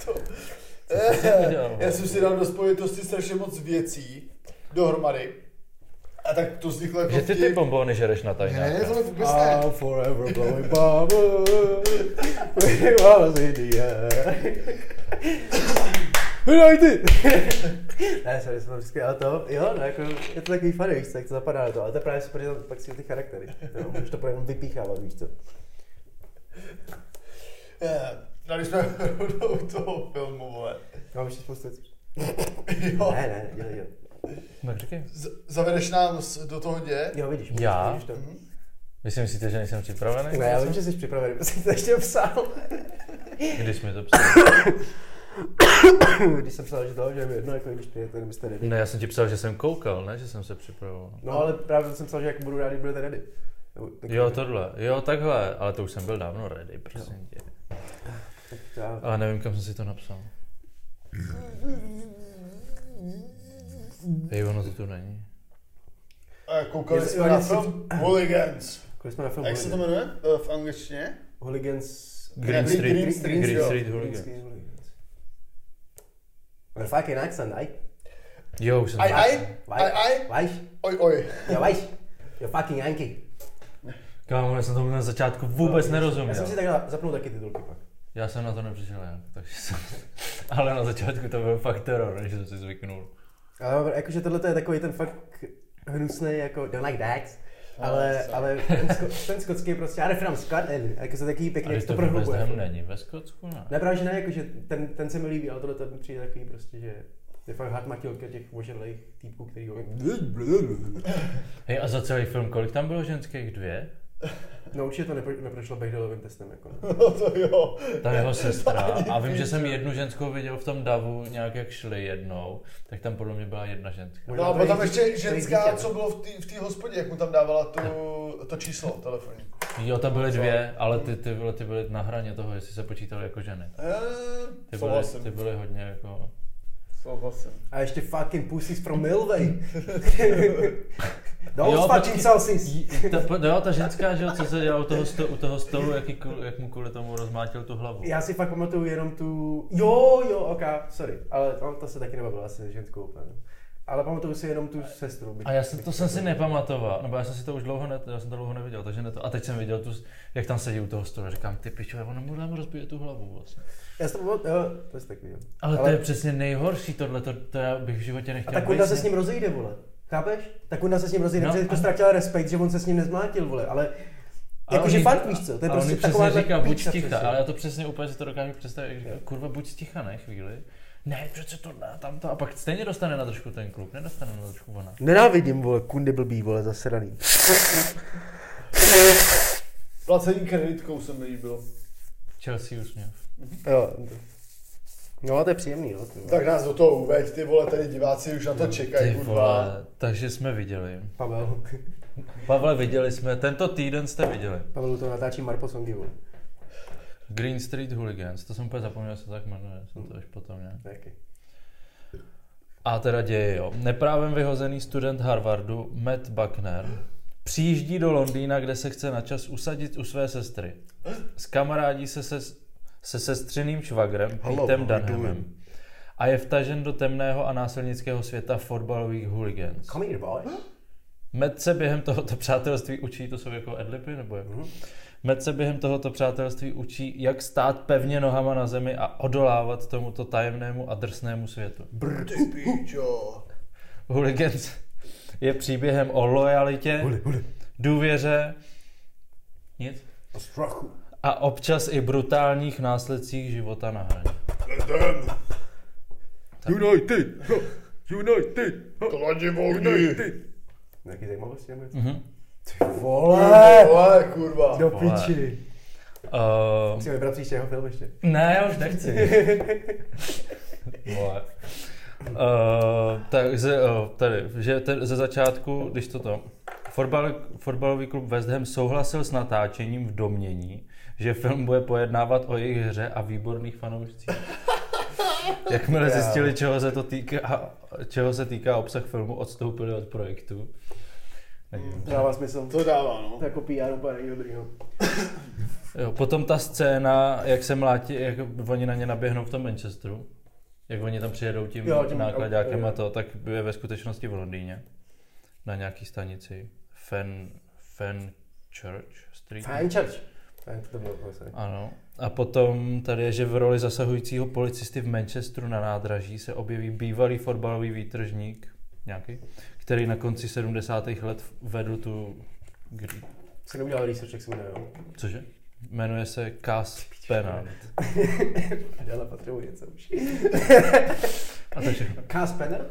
Já jsem si dal do spojitosti strašně moc věcí dohromady. A tak to vzniklo jako Že ty bombony žereš na tajňáka. Ne, vole, vůbec ne. I'm forever blowing bubbles. We was in the air. Hej ty! Ne, sorry, jsem to vždycky, ale to, jo, no, jako, je to takový funny, víš co, jak to zapadá do toho, ale to je právě super, že tam pak si ty charaktery, jo, můžeš to jenom vypíchávat, víš co. No, když jsme u toho filmu, vole. Mám ještě spoustu věcí. Jo. Ne, dělej. No říkej. Zavedeš nám do toho děje? Jo, vidíš, Já? vidíš to. Vy si myslíte, že nejsem připravený? Ne, já vím, že jsi připravený, protože jsi to ještě psal. Když mi to psal. Když jsem psal, že to, že je mi jedno, jako když přijete, kdybyste ready. Ne, já jsem ti psal, že jsem koukal, ne, že jsem se připravoval. No ale právě jsem psal, že jak budu rád, když budete ready. Jo, tohle. Jo, takhle. Ale to už jsem byl dávno ready, prosím tě. Ale nevím, kam jsem si to napsal. Hej, ono to tu není. Koukali jsme na film Hooligans. Koukali jsme na film Jak se to jmenuje v angličtině? Hooligans... Green Street Hooligans. What a fucking accent, aj? Jo, už jsem Vajš? Oj. Jo, vajš? Jo, fucking Yankee. Kámo, já jsem tomu na začátku vůbec nerozuměl. Já jsem si takhle zapnul taky titulky pak. Já jsem na to nepřišel jak, takže jsem... Ale na začátku to byl fakt teror, než jsem si zvyknul. Ale jakože tohle je takový ten fakt hnusný, jako don't like that. Ale ten skotský prostě, já refrám Scotland, jako se taky pěkně, jak to prohlubuje. Ale to není ve Skotsku, ne? Ne, právě že ne, jakože ten se mi líbí, ale tohle mi přijde takový prostě, že je fakt hatmatilka těch ožralých týpků, který ho... Hej, a za celý film, kolik tam bylo ženských? 2? No určitě to neprošlo Bechdelovým testem, jako. No to jo. Ta jeho sestra. A vím, že jsem jednu ženskou viděl v tom davu, nějak jak šli jednou, tak tam podle mě byla jedna ženská. No a potom ještě ženská, co bylo v té hospodě, jak mu tam dávala to číslo telefonní. Jo, tam byly 2, ale ty byly na hraně toho, jestli se počítali jako ženy. Ty byly hodně jako... Souhlasím. A ještě fucking pussies from Milway. Those fucking saucies. Ta ženská, že jo, co se dělala u toho stolu, jak mu kvůli tomu rozmátil tu hlavu. Já si fakt pamatuju jenom tu... Jo, ok, sorry. Ale to se taky nebavilo asi ženskou úplně. Ale pamatuju si jenom tu sestru. A to jsem si nepamatoval, nebo já jsem si to už dlouho neviděl, takže ne to. A teď jsem viděl jak tam sedí u toho stolu a říkám, ty pičo, ono mu dám rozbije tu hlavu vlastně. Já jsem to to jsi tak viděl. Ale to je přesně nejhorší tohle, to já bych v životě nechtěl. A ta Kunda se s ním rozejde, vole. Chápeš? Ta Kunda se s ním rozejde, protože to ztratila respekt, že on se s ním nezmlátil, vole, ale... Jakože fakt víš co, to je prostě taková... přesně říká, buď sticha, ale já to přesně úplně si to dokážu představit, jak říká, kurva, buď sticha, ne, chvíli. Ne, přece to ne, tamto. A pak stejně dostane na držku ten kluk, nedostane na držku ona. Nenávidím, vole, Kundy blbý, vole, zasraný. Placení kreditkou se mi líbilo. Chelsea úsměv. Jo. No, to je příjemný, jo. Tak nás do toho uveď, ty vole, tady diváci už na to čekají, kurva. Takže jsme viděli. Pavel. Pavle, viděli jsme, tento týden jste viděli. Pavel to natáčí Marpo Songy, vole. Green Street Hooligans, to jsem úplně zapomněl, se tak jmenuje, jsem to až potom nějak. Taky. A teda děje, jo. Neprávem vyhozený student Harvardu Matt Buckner přijíždí do Londýna, kde se chce na čas usadit u své sestry. se sestřeným švagrem Petem Dunhamem a je vtažen do temného a násilnického světa fotbalových hooligans. Come here, boy. Matt se během tohoto přátelství učí, to jsou jako adlipy, nebo jak? Matt se během tohoto přátelství učí, jak stát pevně nohama na zemi a odolávat tomuto tajemnému a drsnému světu. Hooligans je příběhem o lojalitě, důvěře, nic, a strachu. a občas i brutálních následcích života na hraně. United! Kladi volný! Nějaký zajímavosti nebo něco? Ty Vole, kurva. Do piči. Musíme vybrat příště jeho film ještě. Ne, já už nechci. Vole. Takže tady, že ze začátku, když fotbalový klub West Ham souhlasil s natáčením v domnění, že film bude pojednávat o jejich hře a výborných fanoušcích. Jakmile zjistili, čeho se týká obsah filmu, odstoupili od projektu. Dává smysl. To dává, no. To jako PR úplně není dobrý, no. Jo, potom ta scéna, jak se mlátí, jak oni na ně naběhnou v tom Manchesteru, jak oni tam přijedou tím nákladákem a to, tak je ve skutečnosti v Londýně. Na nějaký stanici. Fenchurch Street. Fenchurch. To bylo vlastně. Ano. A potom tady je, že v roli zasahujícího policisty v Manchesteru na nádraží se objeví bývalý fotbalový výtržník, nějaký, který na konci 70. let vedl tu... Jsi neudělal research, jak se jmenuje, jo? Cože? Jmenuje se Cas Penard. Ale potřebuji něco už. A to všechno. Cas Penard?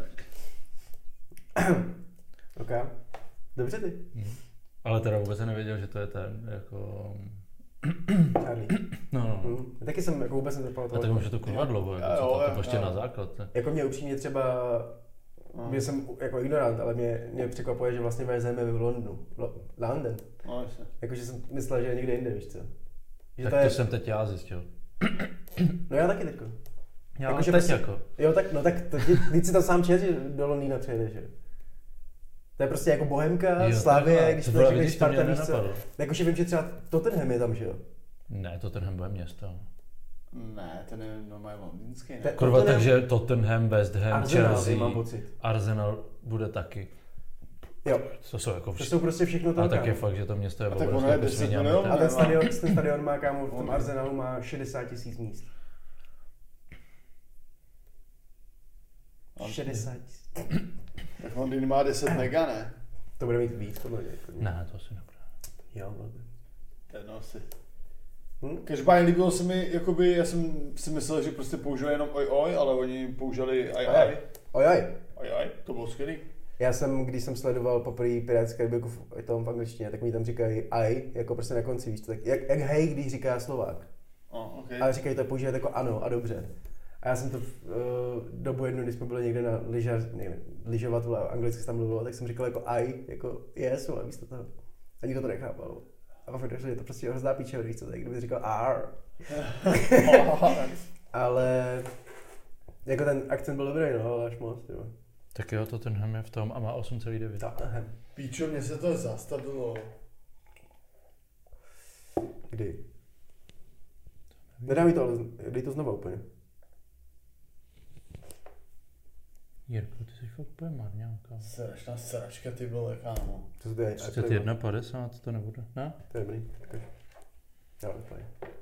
OK. Dobře ty. Ale teda vůbec nevěděl, že to je ten, jako... Charlie. No. Taky jsem jako vůbec nepamatoval. A tak už je to kurva dlouho, jako co to prostě na základ. Ne? Jako mě upřímně třeba, že jsem jako ignorant, ale mě překvapuje, že vlastně West Ham je v Londonu. London. No, jasně. Jakože jsem myslel, že je někde jinde, víš co? Že Tak to jsem teď já zjistil. No já taky teďko. Já jako, teď prostě, jako. Jo, tak, no tak víc si tam sám čet, že do Londýna přejedeš, že? To je prostě jako Bohemka, Slavie, když to řekneš Sparta, víš co? Jakože vím, že třeba Tottenham je tam, že jo? Ne, Tottenham bude město. Ne, ten je normálně londýnský, ne? Kurva, takže Tottenham, West Ham, Arsenal, Chelsea, mám pocit. Arsenal bude taky. Jo. To jsou jako to jsou prostě všechno tam. A tak je fakt, že to město je obrovské jako svině. A ten stadion má, kámo, v tom Arsenalu má 60 000 míst. 60 000. Tak Londýn má 10 mega, ne? To bude mít víc, podle mě. Ne, to asi nebude. Jo, no. To je asi. Každopádně líbilo se mi, jakoby, já jsem si myslel, že prostě použili jenom oj, ale oni použili aj. Oj, to bylo skvělý. Já jsem, když jsem sledoval poprvé Pirátské Karibiku v tom v angličtině, tak mi tam říkají aj, jako prostě na konci, víš, tak jak hej, když říká Slovák. Okay. Ale říkají to používat jako ano a dobře. A já jsem to dobu jednu, když jsme byli někde na lyžovat, anglicky se tam mluvilo, tak jsem říkal jako aj, jako yes, ale místo toho. A nikdo to nechápal. A pak došlo, že to prostě hrozná píče, víš co, tak kdyby říkal ar. Ale jako ten akcent byl dobrý, no, ale až moc, jo. Tak jo, Tottenham je v tom a má 8,9. Tottenham. Píčo, mně se to zastavilo. Kdy? Nedá mi to, ale dej to znova úplně. Jirko, ty jsi fakt úplně marňáka. Strašná sračka, ty vole, kámo. Co se to je? 31,50 to nebude, ne? To je dobrý, tak já úplně.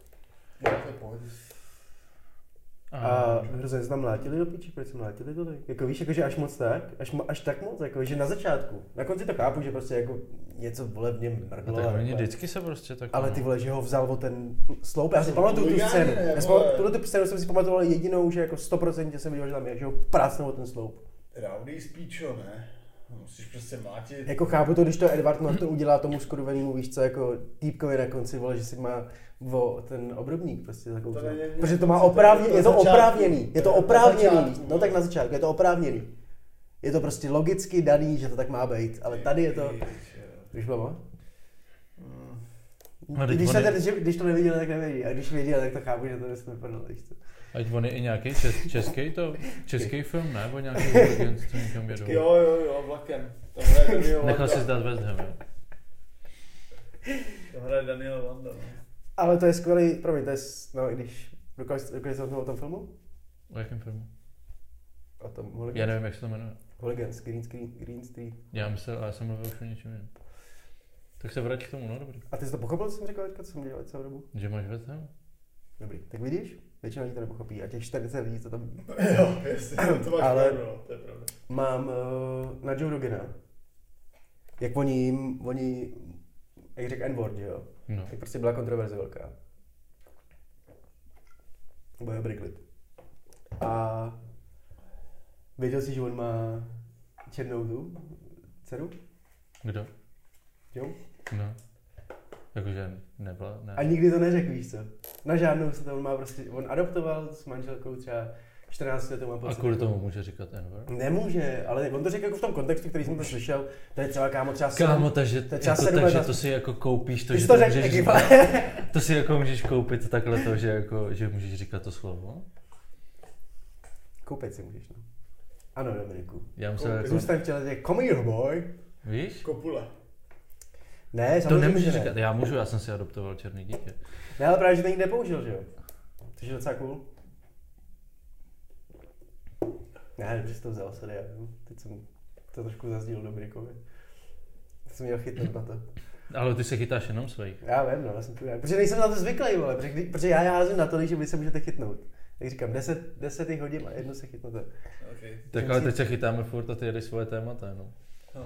A hrozně se tam mlátili do píči, proč se mlátili tolik? Jako víš, jakože až moc tak, až tak moc, jako že na začátku. Na konci to chápu, že prostě jako něco volebně mrdlo. No tak oni vždycky se prostě tak... Ale ty vole, že ho vzal o ten sloup, já si pamatuju tu scénu. Tuhle scénu jsem si pamatoval jedinou, že jako 100% jsem viděl, že tam je, že ho prásnul o ten sloup. Rowdy spíčo, ne? Musíš prostě mlátit. Jako chápu to, když to Edward Norton udělá tomu skurvenému, víš co, jako týpkovi na konci, vole, že si má ten obrubník prostě zakousnout. Protože to má oprávněný, je to oprávněný, no tak na začátku, je to oprávněný. Je to prostě logicky daný, že to tak má být, ale tady je to, víš blamo? Když to neviděl, tak nevědí, a když věděl, tak to chápu, že to nesmí prdel, víš co. Ať on je i nějaký český film, ne? Nebo nějaký Hooligans, co někam jedou. Jo, vlakem. Nechal si zdát West Ham, jo? To hraje Daniel Wanda, no. Ale to je skvělý, promiň, to je, no i když, dokážeš se o tom filmu? O jakém filmu? O tom Hooligans. Já nevím, jak se to jmenuje. Hooligans, Green Street. Já jsem mluvil už o něčem jiném. Tak se vrať k tomu, no dobrý. A ty jsi to pochopil, co jsem říkal teďka, co jsem dělal celou dobu? Že máš ve tému? Dobrý, tak vidíš? Většina lidí to nepochopí a těch 40 lidí, co tam... Jo, jestli to máš ale pravdu, to je pravda. mám na Joe Rogana, jak oni jak řekl N-word, jo? No. Tak prostě byla kontroverze velká. Bude dobrý klip. A věděl jsi, že on má černou tu dceru? Kdo? Jo? No. Jakože nebyla, ne. A nikdy to neřekl, víš co? Na žádnou se to on má prostě, on adoptoval s manželkou třeba 14 letou má pocit. A kvůli tomu může říkat N-word? Nemůže, ale on to řekl jako v tom kontextu, který jsem to slyšel, to je třeba kámo třeba takže to si jako koupíš to, ty že to můžeš říkat, to si jako můžeš koupit takhle to, že můžeš říkat to slovo? Koupit si můžeš, no. Ano, Dominiku. Já musel jako... Zůstaň v těle, come here, boy. Víš? Kopule. Ne, to nemůžeš říkat, já jsem si adoptoval černý dítě. Ne, ale právě, že to nikdy nepoužil, že jo? Což je docela cool. Ne, dobře jsi to vzal, sorry, teď jsem to trošku zazdíl Dominikovi. Teď jsem měl chytnout na to. Ale ty se chytáš jenom svých. Já vím, no, já jsem tu, protože nejsem na to zvyklý, vole, protože já házím na to, že vy se můžete chytnout. Jak říkám, 10 jich hodím a jedno se chytnete. Okay. Tak ale teď se chytáme furt a ty jedeš svoje témata, no.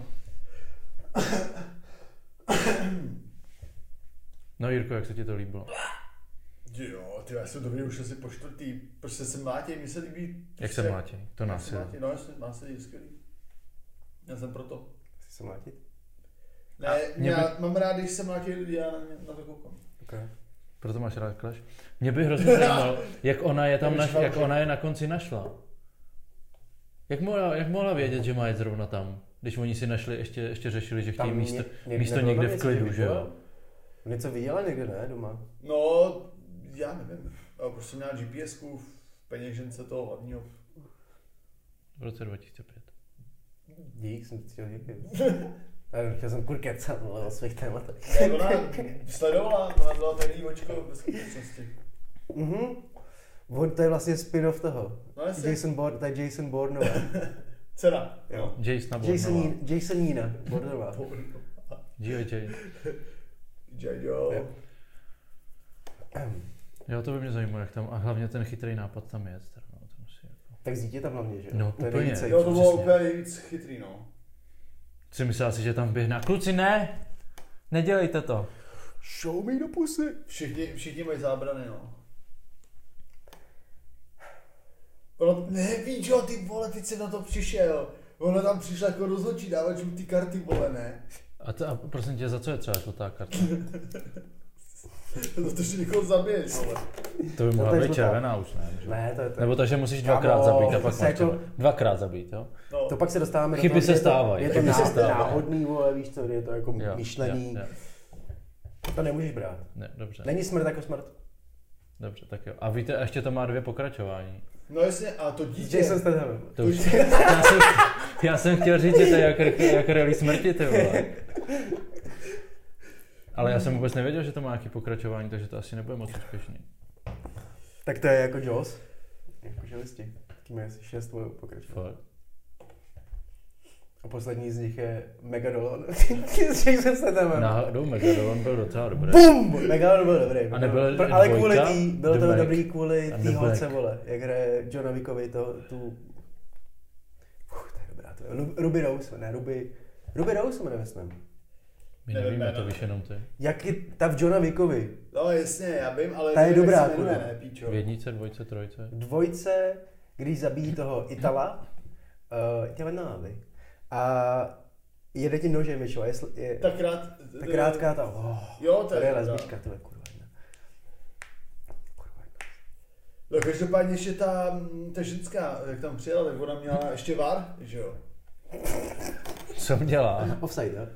No Jirko, jak se ti to líbilo? Jo, ty, já jsem to viděl už asi po čtvrtý, prostě se mlátěj, mně se líbí. Jak se mlátěj? To nás je. No jasně, nás je skvělý. Já jsem proto. Chci se mlátit? Ne, já mám rád, když se mlátí lidi, já na to koukám. Okay. Proto máš rád Clash? Mě by hrozně zajímalo, jak ona je tam jak ona je na konci našla. Jak mohla vědět, že má jít zrovna tam? Když oni si našli, ještě řešili, že chtějí místo někde v klidu, že jo? Něco viděla někde, ne, doma? No, já nevím. Prostě měla GPS-ku v peněžence toho hlavního. V roce 2005. Dík, jsem chtěl díky. Chtěl jsem kurkecat o svých tématech. Ona sledovala, ona byla tajný očko ve skutečnosti. To je vlastně spin-off toho. No to je Jason Bourneová. Dcera. Jo. Jasonina Bourneová. G.I.J. Jojo. Jo, to by mě zajímalo, jak tam, a hlavně ten chytrý nápad tam je. No, tak dítě tam hlavně, že? No, to úplně. Jo, to bylo úplně nejvíc chytrý, no. Si myslel si, že tam běhne. Kluci, ne! Nedělejte to. Show me the pussy. Všichni mají zábrany, no. Ono, ne, víš jo, ty vole, teď jsem na to přišel. Ona tam přišla jako rozhodčí dávat žlutý karty, vole, ne? A prosím tě, za co je třeba žlutá karta? Za to, že někoho zabiješ, vole. To by mohla být červená už, ne? Ne, to je Nebo to, že musíš dvakrát zabít a pak máš jako... Dvakrát zabít, jo? No. To pak se dostáváme chyby do toho, se stávají. Je to náhodný, vole, víš co, je to jako myšlení. Jo. To nemůžeš brát. Ne, dobře. Není smrt jako smrt. Dobře, tak jo. A víte, ještě to má 2 pokračování. No jasně, a to dítě... Jason Statham. Já jsem chtěl říct, že to je jak rally smrti, ty vole. Ale já jsem vůbec nevěděl, že to má nějaké pokračování, takže to asi nebude moc úspěšný. Tak to je jako Jaws. Jako želisti. Taky má 6 pokračování. Fakt? A poslední z nich je Megalodon. Jason Statham. Náhodou Megalodon byl docela dobrý. BUM! Megalodon byl dobrý. A nebyl ale kvůli bylo to dobrý kvůli tý holce, vole. Jak hraje Johna Wickovi tu... to je dobrá. Ruby Rose, ne Ruby Rose se jmenuje snem. My nevíme, to víš jenom ty. Jak je ta v Johna Wickovi? No jasně, já vím, ale... Ta je dobrá, ne, v 1, 2, 3. 2, když zabíjí toho Itala, a jede tím nožem, víš, je ta krátká ta, jo, to je lesbička, to je kurva. No každopádně ještě ta ženská, jak tam přijela, tak ona měla ještě VAR, že jo? Co dělá? Offside, jo?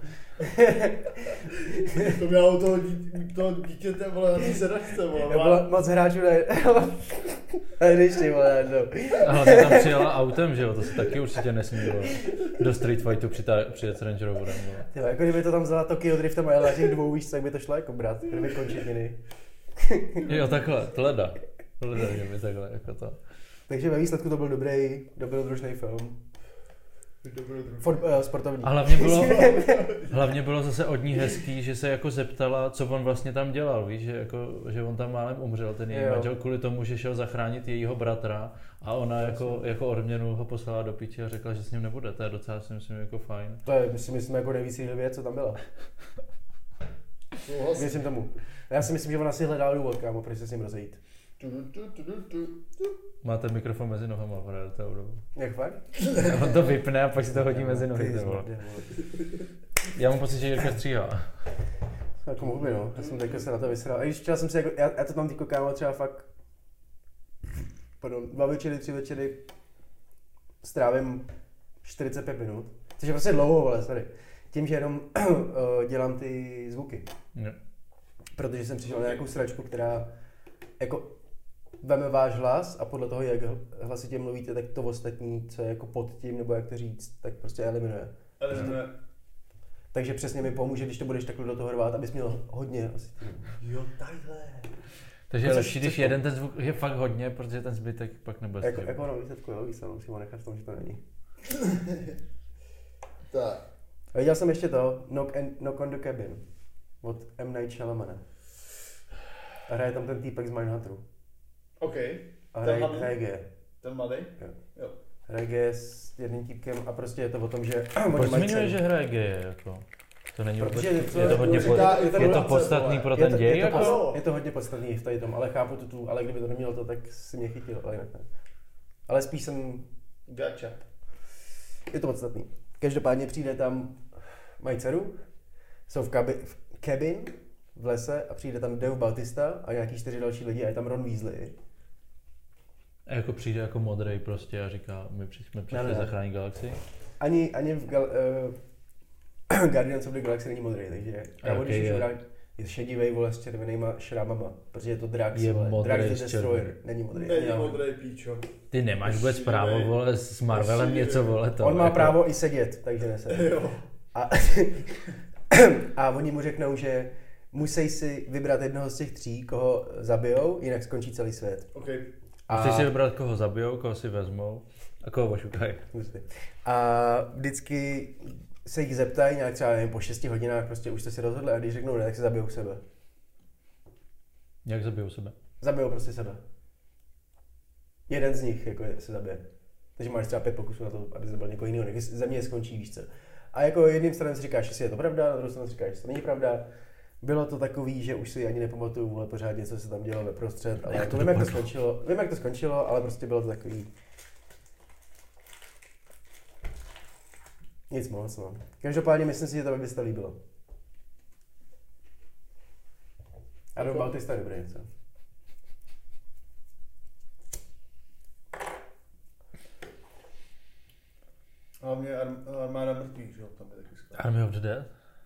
To měla u toho dítěte, vole, na té sedačce, vole. Bylo moc hráčů na hřišti, vole, no. Ale tam přijela autem, že jo, to se taky určitě nesmí, vole. Do Street Fightu přijet s Range Roverem, vole. Jo, jako kdyby to tam vzala Tokyo Driftem a jela těch 2, víš, tak by to šlo jako brát, kdyby končit jiný. Jo, takhle, tleda, že mi takhle, jako to. Takže ve výsledku to byl dobrý, dobrodružný film. Sportovní. A hlavně bylo zase od ní hezký, že se jako zeptala, co on vlastně tam dělal, víš, že on tam málem umřel, ten její manžel, kvůli tomu, že šel zachránit jejího bratra a ona jako odměnu ho poslala do piči a řekla, že s ním nebude, to je docela si myslím jako fajn. To je, myslím, jako nejvíc věc, co tam byla. Věřím tomu. Já si myslím, že ona si hledala důvod, kámo, proč se s ním rozejít. Máte mikrofon mezi nohama, to je dobu. Jak fakt? On to vypne a pak si to hodí mezi nohy. Já mám pocit, že Jirka stříhá. Jako mohl by, no. Já jsem teďka se na to vysral. A když chtěl jsem si, jako, já to tam týko kámo třeba fakt, 2 večery, 3 večery strávím 45 minut. Což je prostě dlouho, ale sorry. Tím, že jenom dělám ty zvuky. No. Protože jsem přišel na nějakou sračku, která jako veme váš hlas a podle toho, jak hlasitě mluvíte, tak to ostatní, co je jako pod tím, nebo jak to říct, tak prostě eliminuje. Takže přesně mi pomůže, když to budeš takhle do toho rvát, abys měl hodně asi. Jo, takhle. Takže je lepší, když jeden ten zvuk je fakt hodně, protože ten zbytek pak nebude stejný. Jako na výsledku, jo, výsledku, musím ho nechat v tom, že to není. Tak. A viděl jsem ještě to, Knock on the Cabin od M. Night Shyamalana. A hraje tam ten týpek z Mindhunteru. OK. A hraje G. Ten mladý? Jo. Hraje G s jedným týpkem a prostě je to o tom, že... Proč zmiňuje, že hraje G, jako? To není vůbec, je to hodně je to podstatný pro ten děj, jako? Je to hodně podstatný v tady tom, ale chápu to tu, ale kdyby to nemělo to, tak si mě chytil, ale jinak ne. Ale spíš jsem... Gotcha. Je to podstatný. Každopádně přijde tam, mají dceru, jsou v cabin v lese a přijde tam Dave Bautista a nějaký 4 další lidi a je tam Ron Weasley. A jako přijde jako modrej prostě a říká, my přišli zachránit galaxii? Ani v Guardians of the Galaxy není modrej, takže je šedivej, vole, s červenýma šrámama, protože je to Drax, Drax the Destroyer, není modrej. Není modrej, píčo. Ty nemáš vůbec právo, vole, s Marvelem něco, vole, to. On má právo i sedět, takže nesedí. A oni mu řeknou, že musí si vybrat jednoho z těch 3, koho zabijou, jinak skončí celý svět. Okay. Musíš si vybrat, koho zabijou, koho si vezmou a koho ošukají. A vždycky se jich zeptají nějak třeba nevím, po 6 hodinách, prostě už jste si rozhodli a když řeknou ne, tak se zabijou sebe. Jak zabijou sebe? Zabijou prostě sebe. Jeden z nich jako se zabije. Takže máš třeba 5 pokusů na to, aby zabil někoho jiného, než země skončí, víš co. A jako jedním stranem si říkáš, jestli je to pravda, na druhou stranu si říkáš, jestli to není pravda. Bylo to takový, že už si ani nepamatuju, ale pořádně, co se tam dělo ve prostřed, ale vím, jak to skončilo, ale prostě bylo to takový... Nic moc, no. Každopádně myslím si, že to by se to líbilo. A do Bautista je dobrý něco. A mě Armáda mrtvých, že jo, tam je taky skvělý. Army of the Dead?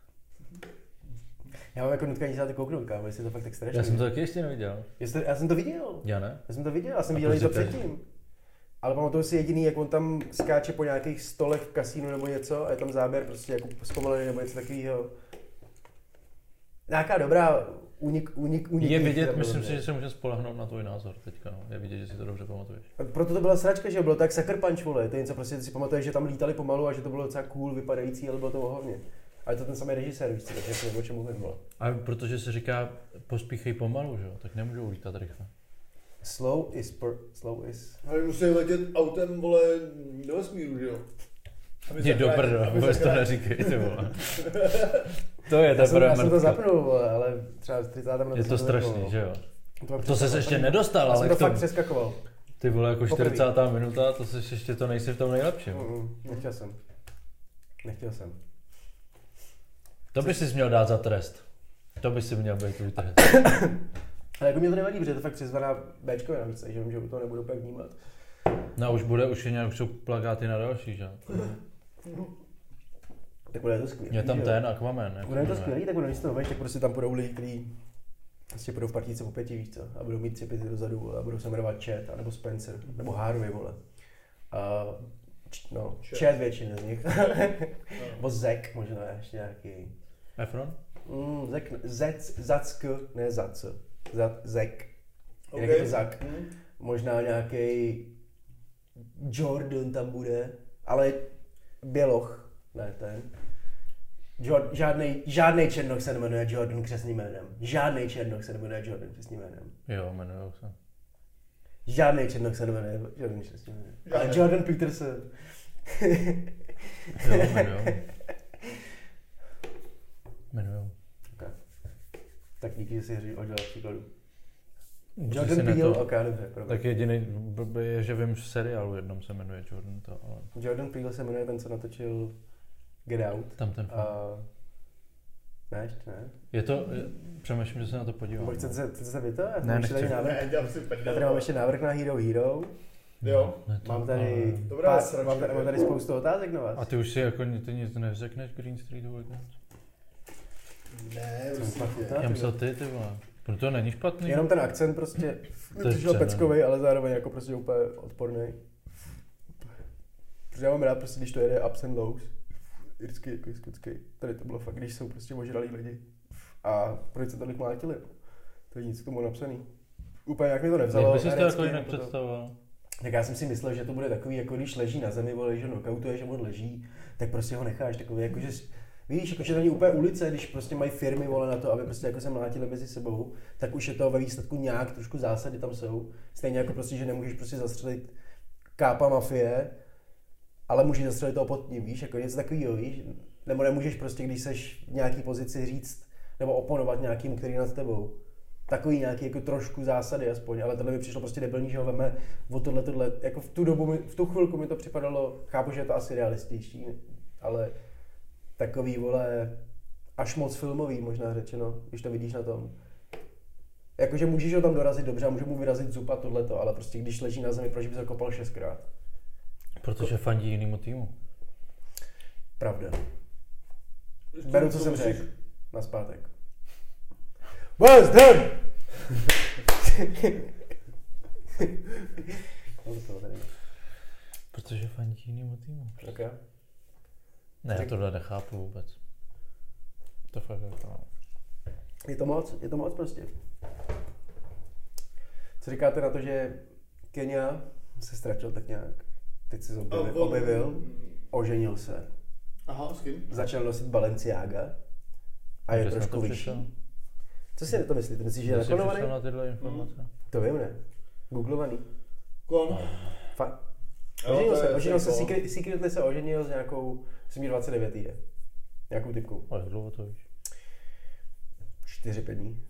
Já mám jako nutkání se na to kouknout, kámo, jestli je to fakt tak strašný. Já jsem to taky ještě neviděl. Já jsem to viděl. Já ne? Já jsem to viděl, já jsem viděl i to předtím. Ale pamatuju si jediný, jak on tam skáče po nějakých stolech v kasínu nebo něco a je tam záběr prostě jako zpomalený nebo něco takového. Nějaká dobrá únik. Je vidět, myslím si, že se může spolehnout na tvůj názor teďka, no. Je vidět, že si to dobře pamatuješ. A proto to byla sračka, že bylo tak Sucker Punch, vole, to je něco prostě si pamatuješ, že tam lítali pomalu a že to bylo docela cool vypadající, ale bylo to ohovně. A je to ten samý režisér, víš co, takže nevím, o čem mluvím, vole. A protože se říká pospíchej pomalu, že jo, tak nemůžou lítat rychle. Slow is... Ale musí letět autem, vole, do vesmíru, že jo? Je do brdo, vůbec to neříkejte, vole. To je teprve Já jsem to zapnul, vole, ale třeba 30 minut. Je to strašný, že jo? To se ještě nedostal, ale já jsem to fakt přeskakoval. Ty vole, jako 40. minuta, to se ještě to nejsi v tom nejlepším. Nechtěl jsem. To by si měl dát za trest. To by si měl být tvůj trest. Ale jako mě to nevadí, protože je to fakt přizvaná Bčko navíc, takže vím, že to nebudu úplně vnímat. No už jsou plakáty na další, že? Tak bude to skvělý. Je tam ten Aquaman. Bude to skvělý, tak když to noveš, tak prostě tam budou lidi, kteří prostě budou v partíce po 5, víš co, a budou mít 3 pity dozadu, vole, a budou se jmenovat Chet, nebo Spencer, nebo Harvey, vole. A no, Chet většina z nich. Nebo Zack, možná ještě nějaký. Efron? Zack, ne Zac. Zek. Okay. Jako Zak. Možná nějaký Jordan tam bude, ale Běloch, ne ten. Žádnej černoch se nemenuje Jordan křestním jménem. Žádnej černoch se nemenuje Jordan křestním jménem. Jo, jmenujou se. Žádnej černoch se nemenuje Jordan křestním jménem. Ale Jordan Peterson. Jo, jmenujou. Okay. Tak díky, že jsi oddělal příkladu. Jordan Peele, ok, dobře. Tak jediný je, že vím, v seriálu jednom se jmenuje Jordan to, ale... Jordan Peele se jmenuje ten, co natočil Get Out. Tam ten film. Ne, ještě ne. Je to, přemýšlím, že se na to podívám. Chcete se vy to? Ne, nechci. Já tady mám ještě návrh na Hero Hero. Jo. Mám tady, mám tady spoustu otázek na vás. A ty už si jako ty nic neřekneš Green Street Hooligans? Ne, Já myslel ty vole. To není špatný. Jenom ten akcent prostě, přišel peckovej, ale zároveň jako prostě úplně odporný. Protože já mám rád prostě, když to jede ups and lows. Irský, jako skutský. Tady to bylo fakt, když jsou prostě ožralí lidi. A proč se tolik mlátili? To je nic k tomu napsaný. Úplně jak mi to nevzalo. Jak bys si to jako jinak představoval? Tak já jsem si myslel, že to bude takový, jako když leží na zemi, vole, že knockoutuješ a on leží, tak prostě ho necháš takový, jako že víš, jako že to není úplně ulice, když prostě mají firmy, vole, na to, aby prostě jako se mlátili mezi sebou, tak už je to ve výsledku nějak trošku zásady tam jsou. Stejně jako prostě, že nemůžeš prostě zastřelit kápa mafie, ale můžeš zastřelit toho pod ním, víš, jako něco takového, víš, nebo nemůžeš prostě, když seš v nějaký pozici říct, nebo oponovat nějakým, který nad tebou. Takový nějaký jako trošku zásady aspoň, ale tohle mi přišlo prostě debilní, že ho veme o tohle, jako v tu dobu, v tu chvilku mi to připadalo, chápu, že je to asi realistější, ale takový, vole, až moc filmový možná řečeno, když to vidíš na tom. Jakože můžeš ho tam dorazit dobře a můžu mu vyrazit zub a tohleto, ale prostě když leží na zemi, proč bys ho kopal 6krát? Protože fandí jinému týmu. Pravda. Beru, co jsem řekl. Nazpátek. Well done! Protože fandí jinému týmu. Okay. Ne, já tohle nechápu vůbec. To fakt jako... Je to moc prostě. Co říkáte na to, že Kenya se ztratil tak nějak? Teď se objevil, oženil se. Aha, s kým? Začal nosit Balenciaga a je trošku vyšší. Co si na to myslíte? Myslíš, že je naklonovaný? Jsi na tyhle informace? To vím, ne? Googlovaný. Klon. Oženil se, secretly se oženil s nějakou, myslím, 29 je. Nějakou typkou. A jak dlouho to víš? 4-5 dní.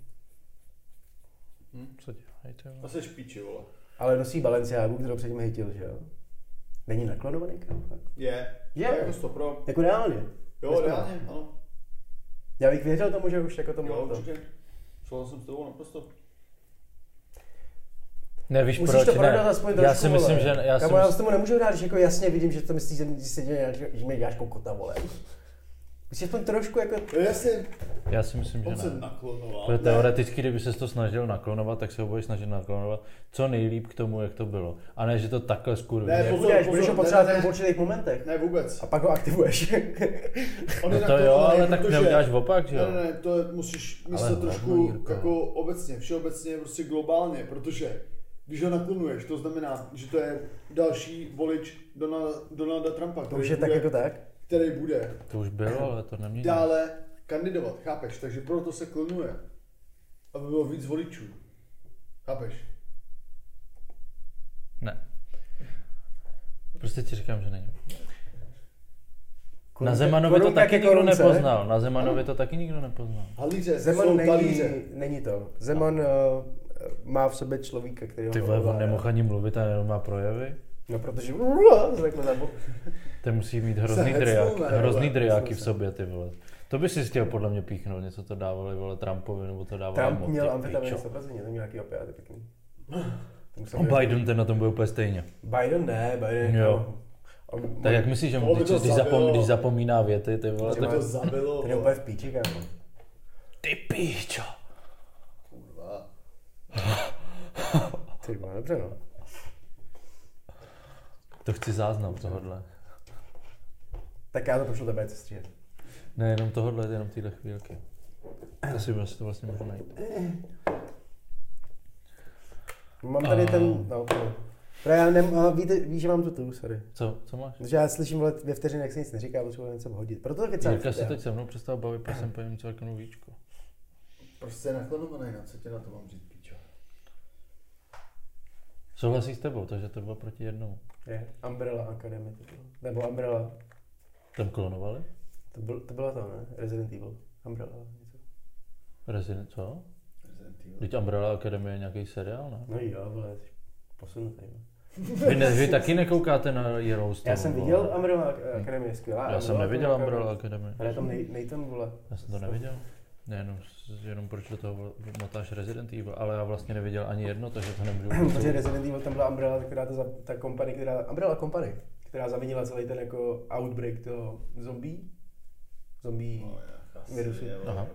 Co dělají, to je? To se špíči, vole. Ale nosí Balenciagu, kterou předtím hejtil, že jo? Není naklonovaný, kámo? Je. Jako 100%. Jako reálně? Jo, reálně, ano. Já bych věřil tomu, že už jako tomu... Jo, určitě. Souhlasím s tebou naprosto. Nevíš musíš proč, to prodat ne. Aspoň Já si myslím, že... Já s tomu nemůžu dát, že jako jasně vidím, že to myslíš, že mi děláš kokota, vole. Musíš aspoň trošku jako... Jasně. Já si myslím, že on ne. se naklonoval. Protože teoreticky, kdyby ses to snažil naklonovat, tak se ho budeš snažit naklonovat co nejlíp k tomu, jak to bylo. A ne, že to takhle skurví. Ne, budeš ho potřebovat v určitých momentech. Ne, vůbec. A pak ho aktivuješ. No to jo, ale tak neuděláš opak, že jo? Ne, to musíš myslet trošku jako obecně, všeobecně, prostě globálně, protože když ho naklonuješ, to znamená, že to je další volič Donalda Trumpa. To už je tak jako tak? Který bude. To už bylo, ale to nemění. Dále kandidovat, chápeš? Takže proto se klonuje, aby bylo víc voličů. Chápeš? Ne. Prostě ti říkám, že není. Na Zemanovi to taky nikdo nepoznal. Na Zemanovi to taky nikdo nepoznal. Halíře, Zeman není to. Zeman má v sobě člověka, který ho... Ty vole, on nemohl ani mluvit a jenom má projevy. No protože... Ten musí mít hrozný driáky v sobě, ty vole. To by si chtěl podle mě píchnout, něco to dávali, vole, Trumpovi, nebo to dávali Trump měl amfetaminy 100%, to měl nějaký opiáty pěkný. Biden ten na tom byl úplně stejně. Biden ne, Biden jo. Tak jak myslíš, že když zapomíná věty, ty vole, to zabilo. Ten je úplně v píči, kámo. Ty píčo. Kurva. Ty vole, dobře no. To chci záznam tohodle. Tak já to pošlu tebe, co stříhat. Ne, jenom tohodle, jenom tyhle chvílky. To si to vlastně můžu najít. Mám tady ten, no, víš, že mám tu, sorry. Co máš? Protože já slyším ve vteřině, jak se nic neříká, potřebuji něco hodit. Proto to kecám. Jirka se teď se mnou přestal bavit, protože jsem pojím celkem víčko. Prostě je naklonovaný, na co tě na to mám říct, píčo. Souhlasí s tebou, takže to bylo proti jednomu. Je, Umbrella Academy to bylo. Nebo Umbrella. Tam klonovali? To bylo to, ne? Resident Evil. Umbrella něco. Resident, co? Resident Evil. Teď Umbrella Academy je nějaký seriál, ne? No jo, vole, posunutý. Vy taky nekoukáte na Yellowstone? Já jsem viděl Umbrella Academy, je skvělá. Já jsem neviděl Umbrella Academy. Ale tam Nathan, vole. Já jsem to neviděl. Ne, jenom proč do toho motáš Resident Evil, ale já vlastně neviděl ani jedno, takže to nemůžu. Protože Resident Evil tam byla Umbrella, ta company, Umbrella Company, která zavinila celý ten jako outbreak toho zombie virusu. Aha.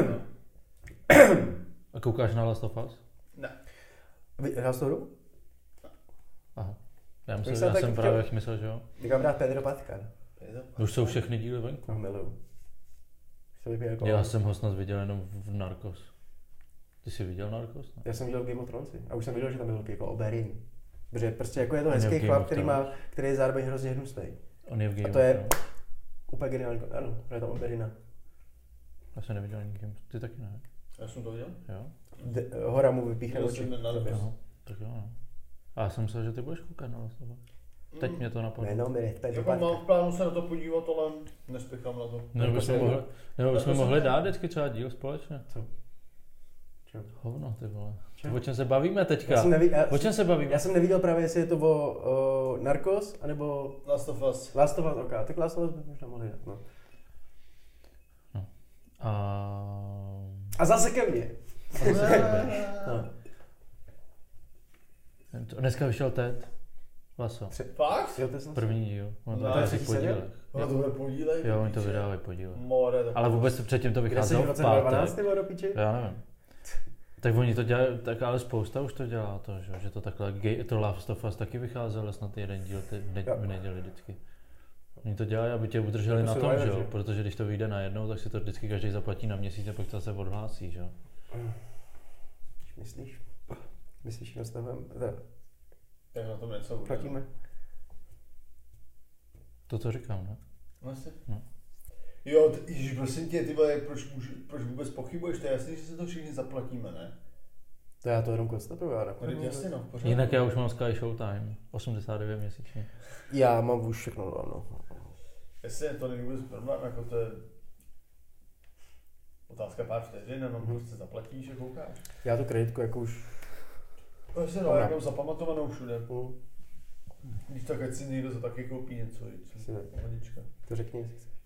A koukáš na Last of Us? Ne. Hrál jsi to hru? Aha. Já jsem právě myslel, že jo. Říkám rád Pedro Pascal. Už jsou všechny díly venku. No, miluju. Jako Já jsem ho snad viděl jenom v Narcos. Ty jsi viděl Narcos? Ne? Já jsem viděl Game of Thrones a už jsem viděl, že tam byl jako Oberyn. Protože prostě jako je to hezký chlap, který je zároveň hrozně hnusný. On je v Game a to je úplně geniální, ano, je tam Oberyna. Já jsem neviděl ani Game, ty taky ne? Já jsem to viděl? Jo. Hora mu vypíchne oči. Tak jo, no. A já jsem myslel, že ty budeš koukat na Last of Us. Teď mě to napadlo. No, jako mám v plánu se na to podívat, ale nespěchám na to. Nebo bychom mohli dát vždycky třeba díl společně. Co? Hovno, ty vole. O čem se bavíme teďka? O čem se bavíme? Já jsem neviděl právě, jestli je to o Narcos, anebo Last of Us. Last of Us, ok. Tak Last of Us bychom možná mohli dát, no. A zase ke mně. No. Dneska vyšel Ted Lasso. Fakt? První díl. To je třetí seriál? To bude podílej? Jo, oni to vydávají podílej. Ale vůbec předtím to vycházelo v pátek. Já nevím. Tak oni to dělají, tak ale spousta už to dělá to, že to takhle, to Last of Us taky vycházelo snad jeden díl v neděli vždycky. Oni to dělají, aby tě udrželi na tom, že jo, protože když to vyjde najednou, tak si to vždycky každý zaplatí na měsíc a pak to se odhlásí, že jo. Myslíš, že nastavujeme? Tak na tom něco bude. Platíme. To říkám, ne? Vlastně? No. Jo, ježiš, prosím tě, ty vole, proč vůbec pochybuješ? To je jasný, že se to všichni zaplatíme, ne? To já to jenom konstatuju, já nakonec. Jasně, no, pořád. Jinak já už mám Sky Showtime, 89 měsíčně. Já mám už všechno dávno. Jasně, to není vůbec problém, jako to je otázka pár vteřin, jenom prostě zaplatíš a koukáš. Já tu kreditku jako už... Jasně, no, jak mám zapamatovanou všude. Když tak, ať si někdo za taky koupí něco, vodička. To řekni, jestli chceš.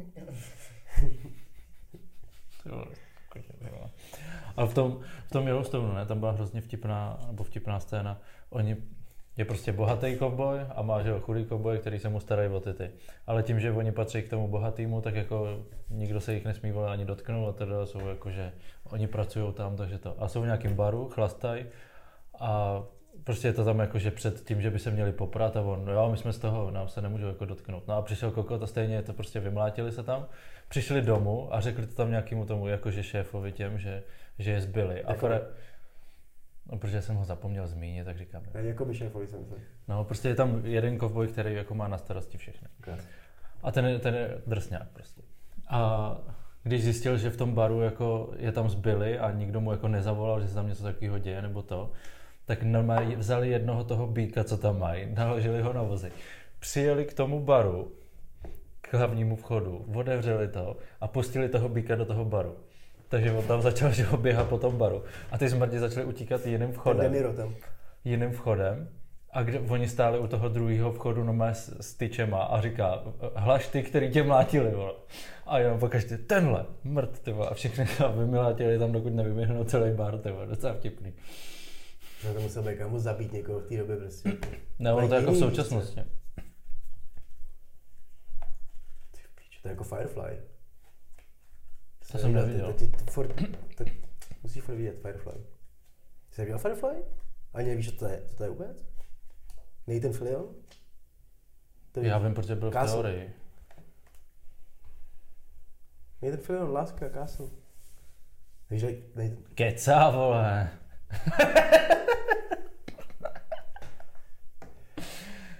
A v tom Yellowstoneu, ne, tam byla hrozně vtipná scéna. Je prostě bohatý kovboj a má, že chudý kovboj, který se mu starají o ty. Ale tím, že oni patří k tomu bohatýmu, tak jako nikdo se jich nesmí ani dotknout a teda jsou jako, že oni pracují tam, takže to. A jsou v nějakém baru, chlastají a prostě je to tam jako, že před tím, že by se měli poprat a on, no jo, my jsme z toho, nám se nemůžou jako dotknout. No a přišel kokot a stejně to prostě vymlátili se tam, přišli domů a řekli to tam nějakému tomu jakože šéfovi těm, že je zbyli. A no, protože jsem ho zapomněl zmínit, tak říkám. Ne, jako by šéfovi jsem se. No, prostě je tam jeden kovboj, který jako má na starosti všechny. Okay. A ten je drsňák prostě. A když zjistil, že v tom baru jako je tam zbyli a nikdo mu jako nezavolal, že se tam něco takového děje nebo to, tak normálně vzali jednoho toho býka, co tam mají, naložili ho na vozík, přijeli k tomu baru, k hlavnímu vchodu, otevřeli to a pustili toho býka do toho baru. Takže on tam začal, že ho běhat po tom baru. A ty smrti začaly utíkat jiným vchodem. A oni stáli u toho druhého vchodu normálně s tyčema a říká, hlaš ty, který tě mlátili, vole. A jenom pokaždé, tenhle, mrt, ty vole. A všichni vymlátili tam, dokud nevyměhnou celý bar, ty vole, docela vtipný. No to musel někam zabít někoho v té době prostě. Ne, ono to jako v současnosti. To je jako Firefly. To jsem neviděl. Musíš furt vidět Firefly. Jsi viděl Firefly? Ani nevíš, co to je vůbec? Nathan Fillion? Já vím, protože byl v teorii. Nathan Fillion, Láska, Castle. Kecá, vole.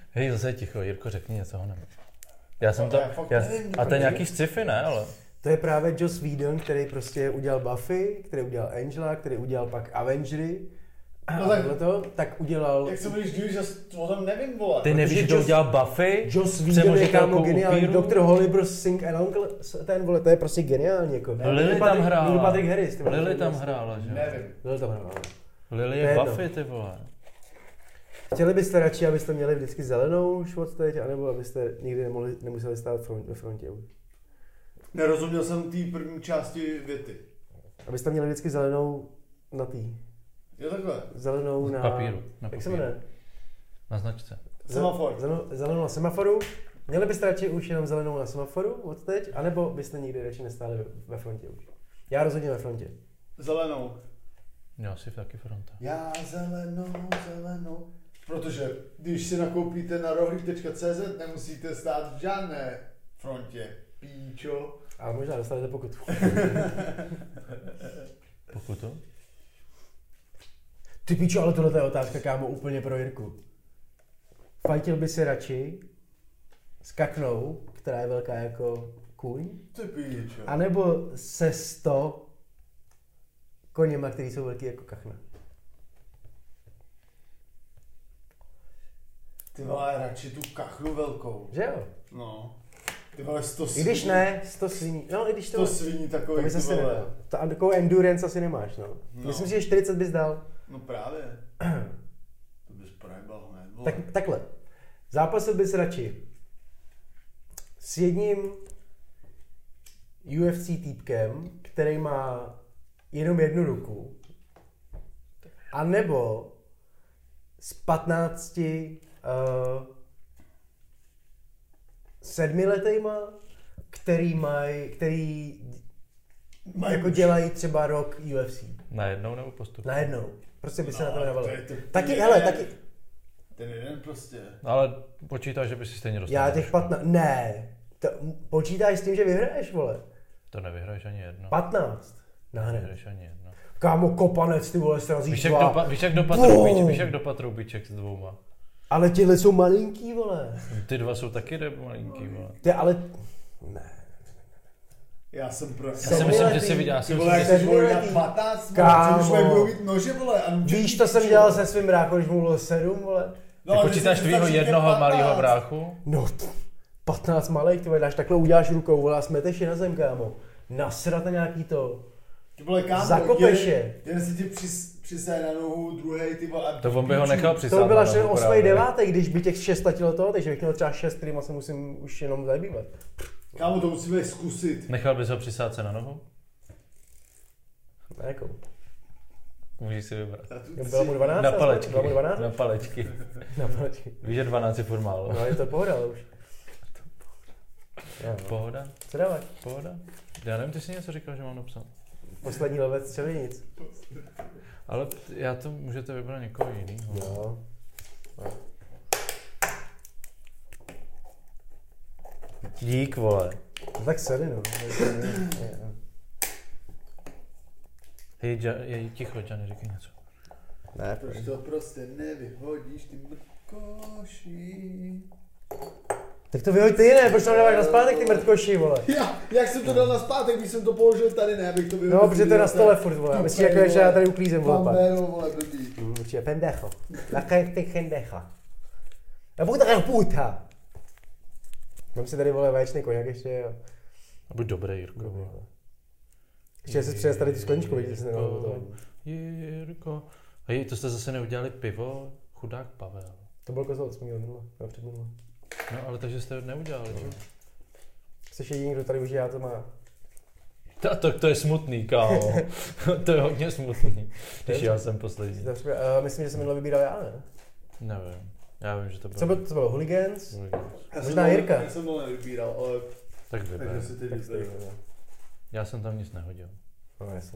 Hej, zase ticho, Jirko, řekni něco, honem. Já jsem to, a to je nějaký sci-fi, ne, ale... To je právě Joss Whedon, který prostě udělal Buffy, který udělal Angela, který udělal pak Avengery. No tak udělal... Jak se budeš dívat, že o tom nevím, vole. Ty nevíš, kdo udělal Buffy? Joss Whedon je kámo geniální. Dr. Hollywood Sink and Uncle, ten vole, to je prostě geniální jako. Lily tam hrála. Patrick Harris. Lily tam hrála, že? Nevím. Lily tam hrála. Lily je Buffy, ty vole. Chtěli byste radši, abyste měli vždycky zelenou švot teď, anebo abyste nikdy nemuseli stát ve frontě? Nerozuměl jsem té první části věty. Abyste měli vždycky zelenou na tý. Jo takhle. Zelenou na... papíru. Jak se jmenuje? Na značce. Semafor. Zelenou na semaforu. Měli byste radši už jenom zelenou na semaforu od teď, anebo byste nikdy radši nestáli ve frontě už? Já rozhodně ve frontě. Zelenou. Já si taky fronta. Já zelenou. Protože když si nakoupíte na rohlík.cz, nemusíte stát v žádné frontě. Píčo. A možná dostanete pokutu. Pokutu? Ty píčo, ale tohle je otázka, kámo, úplně pro Jirku. Fajtil by si radši s kaknou, která je velká jako kůň? Ty píčo. A nebo se 100 koněma, který jsou velký jako kachna? Ty vole, radši tu kachlu velkou. Že jo? No. Ty vole, 100 sviní. I když ne, 100 sviní. No, i když to... 100 sviní takový, to bys asi nedal. Takovou endurance asi nemáš, no. Myslím si, že 40 bys dal. No právě. To bys projebal, ne? Tak, takhle. Zápasil bys radši s jedním UFC týpkem, který má jenom jednu ruku, a nebo s 15 sedmiletejma, který jako dělají třeba rok UFC. Najednou nebo postupně? Najednou. Prostě by se na to nenavalil. Taky. Ten jeden prostě. Ale počítáš, že by si stejně dostal. Já těch 15, ne. Počítáš s tím, že vyhraješ, vole. To nevyhraješ ani jedno. 15. Nevyhraješ ani jedno. Kámo, kopanec, ty vole, srazíš dva. Víš, jak dopadl Rubíček s dvouma? Ale tyhle jsou malinký, vole. Ty dva jsou taky malinký, vole. Ty ale... Ne. Já jsem Já si myslím, že si viděl. Ty vole, jak jsi volil na 15, kámo. už budou mít nože, vole. Víš, to jsem dělal se svým bráchou, když mu bylo 7, vole. Ty počítáš tvýho jednoho malého bráchu? No, 15 malých, ty vole, dáš takhle, uděláš rukou, vole, a smeteš je na zem, kámo. Nasrate nějaký to. Ty vole, kámo, zakopeš je. Jeden si ti přisaje na nohu, druhej, ty vole. To on by ho nechal přisát. To by byla 8.9, když by těch 6 statilo to, takže bych měl třeba 6, kterýma se musím už jenom zabývat. Kámo, to musíme zkusit. Nechal bys ho přisát se na nohu? Na jakou? Můžeš si vybrat. Byla mu 12? Na palečky. Byla mu 12? Na palečky. Na palečky. Víš, že 12 je furt málo. No, je to pohoda, ale už. Pohoda? Co dávat? Pohoda? Já nevím, ty jsi něco říkal, že mám napsat. Poslední lovec střelenic. Ale já to můžete vybrat někoho jiného. Jo. Dík, vole. No tak sorry, no. Hej, ticho, Johnny, říkej něco. Ne, Proč to prostě nevyhodíš, ty mrtkoši? Tak to vyhoď ty, ne? Proč to dáváš na zpátek, ty mrtkoši, vole? Jak jsem to dal na zpátek, když jsem to položil tady, ne, abych to vyhodil. No, protože to je na stole furt, vole. Myslíš, jako že já tady uklízem, vole, pak. Pambero, vole, blbý. Určitě, pendejo. La gente pendeja. La puta puta. Mám si tady, vole, vaječný koněk ještě, jo. A buď dobrý, Jirko. Ještě si přines tady tu skleničku, vidíte, se nedalo to. Jirko. Hej, to jste zase neudělali pivo? Chudák Pavel. To byl kozol, co jsme měli minule, nebo předminule. No, ale takže jste neudělali, že? Jsi jediný, kdo tady už já to má. To je smutný, kámo. To je hodně smutný. Když já jsem poslední. Myslím, že jsem minule vybíral já, ne? Nevím. Já vím, že to bylo. Co bylo? Hooligans? Já Možná Jirka. Já jsem to nevybíral, ale... Tak vyber. Takže si ty vyber. Já jsem tam nic nehodil. No, jasně.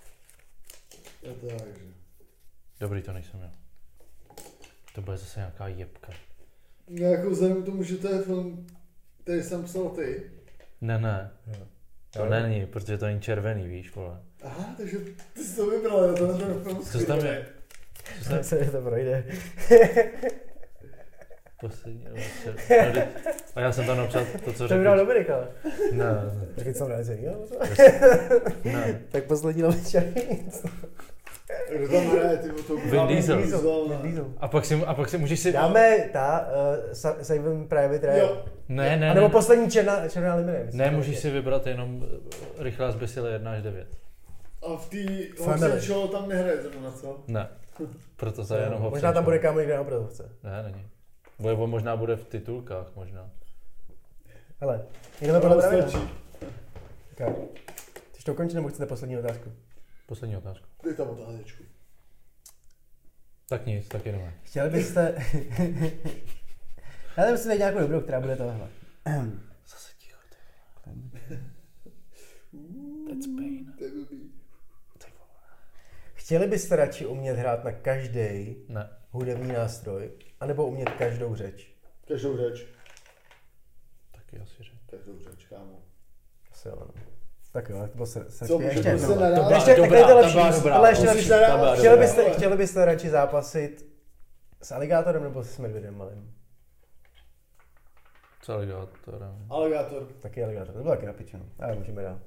Takže. Dobrý, to nejsem já. To bude zase nějaká jebka. Jako vzhledem k tomu, že to je film, který jsem psal ty. Ne. To není, protože to není červený, víš, vole. Aha, takže ty jsi to vybral, já to nebyl film. Co tam je? Se to projde. Poslední večer. A já jsem tam napsal to, co To řekl. vybral Dominik, ale. Ne. Počkej, co mrazený, jo? Ne. Tak poslední večer. Kdo tam hraje, ty to Vin Diesel. Diesel. A pak si můžeš si... Dáme Saving Private Ryan. Jo. Ne. A nebo poslední černá limina. Ne, můžeš si vybrat jenom rychlá zběsile 1 až 9. A v té Family. Hobbs Show tam nehraje zrovna, co? Ne. Proto to je jenom Hobbs Možná tam Show. bude kámo někde na obrazovce. Ne, není. Nebo možná bude v titulkách, možná. Hele, jdeme podle pravidel. Stačí. Tak. Chceš to ukončit, nebo chcete poslední otázku? Poslední otázku. Dej tam otázečku. Tak nic, tak jdeme. Chtěli byste... Já si najít nějakou dobrou, která bude tohle. Zase ticho, ty. That's pain. To je blbý. Chtěli byste radši umět hrát na každý Ne. hudební nástroj, anebo umět každou řeč? Každou řeč. Taky asi řek. Každou řeč, kámo. Asi jo, no. Tak jo, to bylo Co, můžu ještě prostě jednou. nadávat? Ještě Dobrá, takový to ta lepší. byla dobrá. Ale ještě Musíš lepší. nadávat. Chtěli byste radši zápasit s aligátorem nebo s medvědem malým? Co aligátorem? Aligátor. Taky aligátor, to bylo taky na piču. Ale můžeme dál.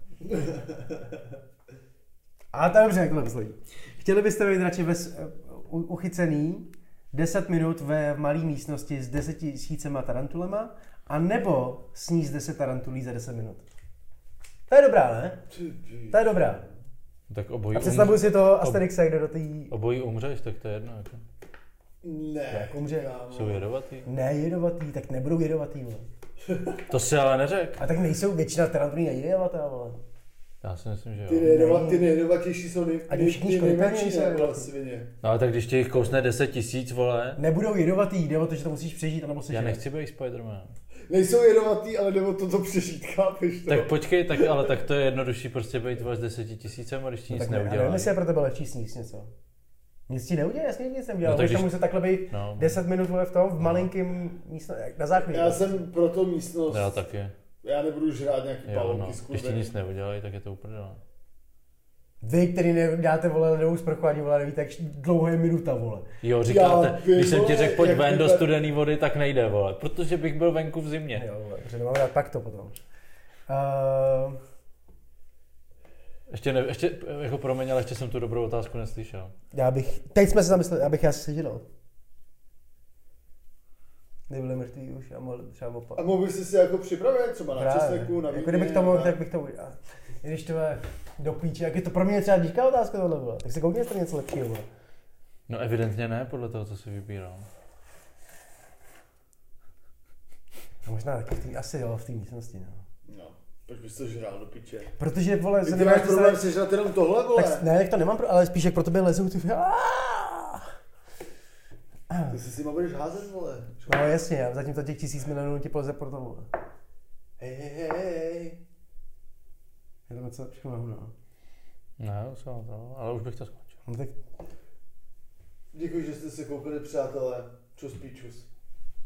A to je dobře, jak tohle poslední. Chtěli byste být radši uchycený 10 minut ve malé místnosti s 10 000 tarantulema, a nebo sníst 10 tarantulí za 10 minut? To je dobrá, ne? To je dobrá. Tak obojí, A představuji si to Asterixa, jde do té... obojí umřeš, tak to je jedno. Jako. Ne. Jak umře? kámo. Jsou jedovatý? Ne, jedovatý, tak nebudou jedovatý, vole. To si ale neřek. A tak nejsou, většina tarantulí není jedovatá, vole. Já si myslím, že jo. Ty nejjedovatější jsou Ať už všichni nejmenší, škorpioni jsou vole, svině. No ale tak když tě jich kousne 10 000, vole, Nebudou jedovatý, jde o to, že to musíš přežít, anebo se já nechci být Spider-Man. Nejsou jedovatý, ale jde o to přežít, chápeš to? Tak počkej, ale tak to je jednodušší prostě být vás 10 000, když ti nic tak ne, a neudělá. nevím, jestli je pro tebe lepší sníst něco. Nic ti neudělá, jasně nic neudělá. No, No, tak tam když- musí takhle být No. 10 minut vole, v tom, v malinkým místě, na záchodě. Já jsem pro to místnost. Já taky. Já nebudu žrát nějaký Jo, pavouky no. z Když ti kluby. nic neudělají, tak je to úplně. Vy, který nedáte vole ledovou sprchu, ani vole nevíte, jak dlouho je minuta, vole. Jo, říkáte, Já, když jsem ti vole, řekl, pojď jak ven do vypadá- studený vody, tak nejde, vole. Protože bych byl venku v zimě. Jo, vole, protože nemám rád pak to potom. Ještě, jako promiň, ale ještě jsem tu dobrou otázku neslyšel. Teď jsme se zamysleli, abych já seděl. Nebyli mrtví už a mohli třeba opak. A mohl bys si jako připravit třeba na česneku, na Jako víně, kdybych to mohl, na- tak bych to udělal. Když to je do píče, jak je to pro mě třeba díka otázka tohle byla, tak si koukni, jestli něco lepšího bylo. No evidentně ne, podle toho, co si vybíral. A možná taky asi jo, v té místnosti, no. No, proč bys to žrál do piče? Protože, vole, Ty máš problém sežrat jenom tohle, vole? tak, ne, tak to nemám, ale spíš jak pro tebe lezou ty... Ty si s nima budeš házet, vole. No jasně, a zatím to těch 1000 milionů ti poleze pro to, vole. Hej. Je to něco všechno no. Ne, docela to, ale už bych to skončil. No tak Děkuji, že jste se koupili, přátelé. Čus píčus.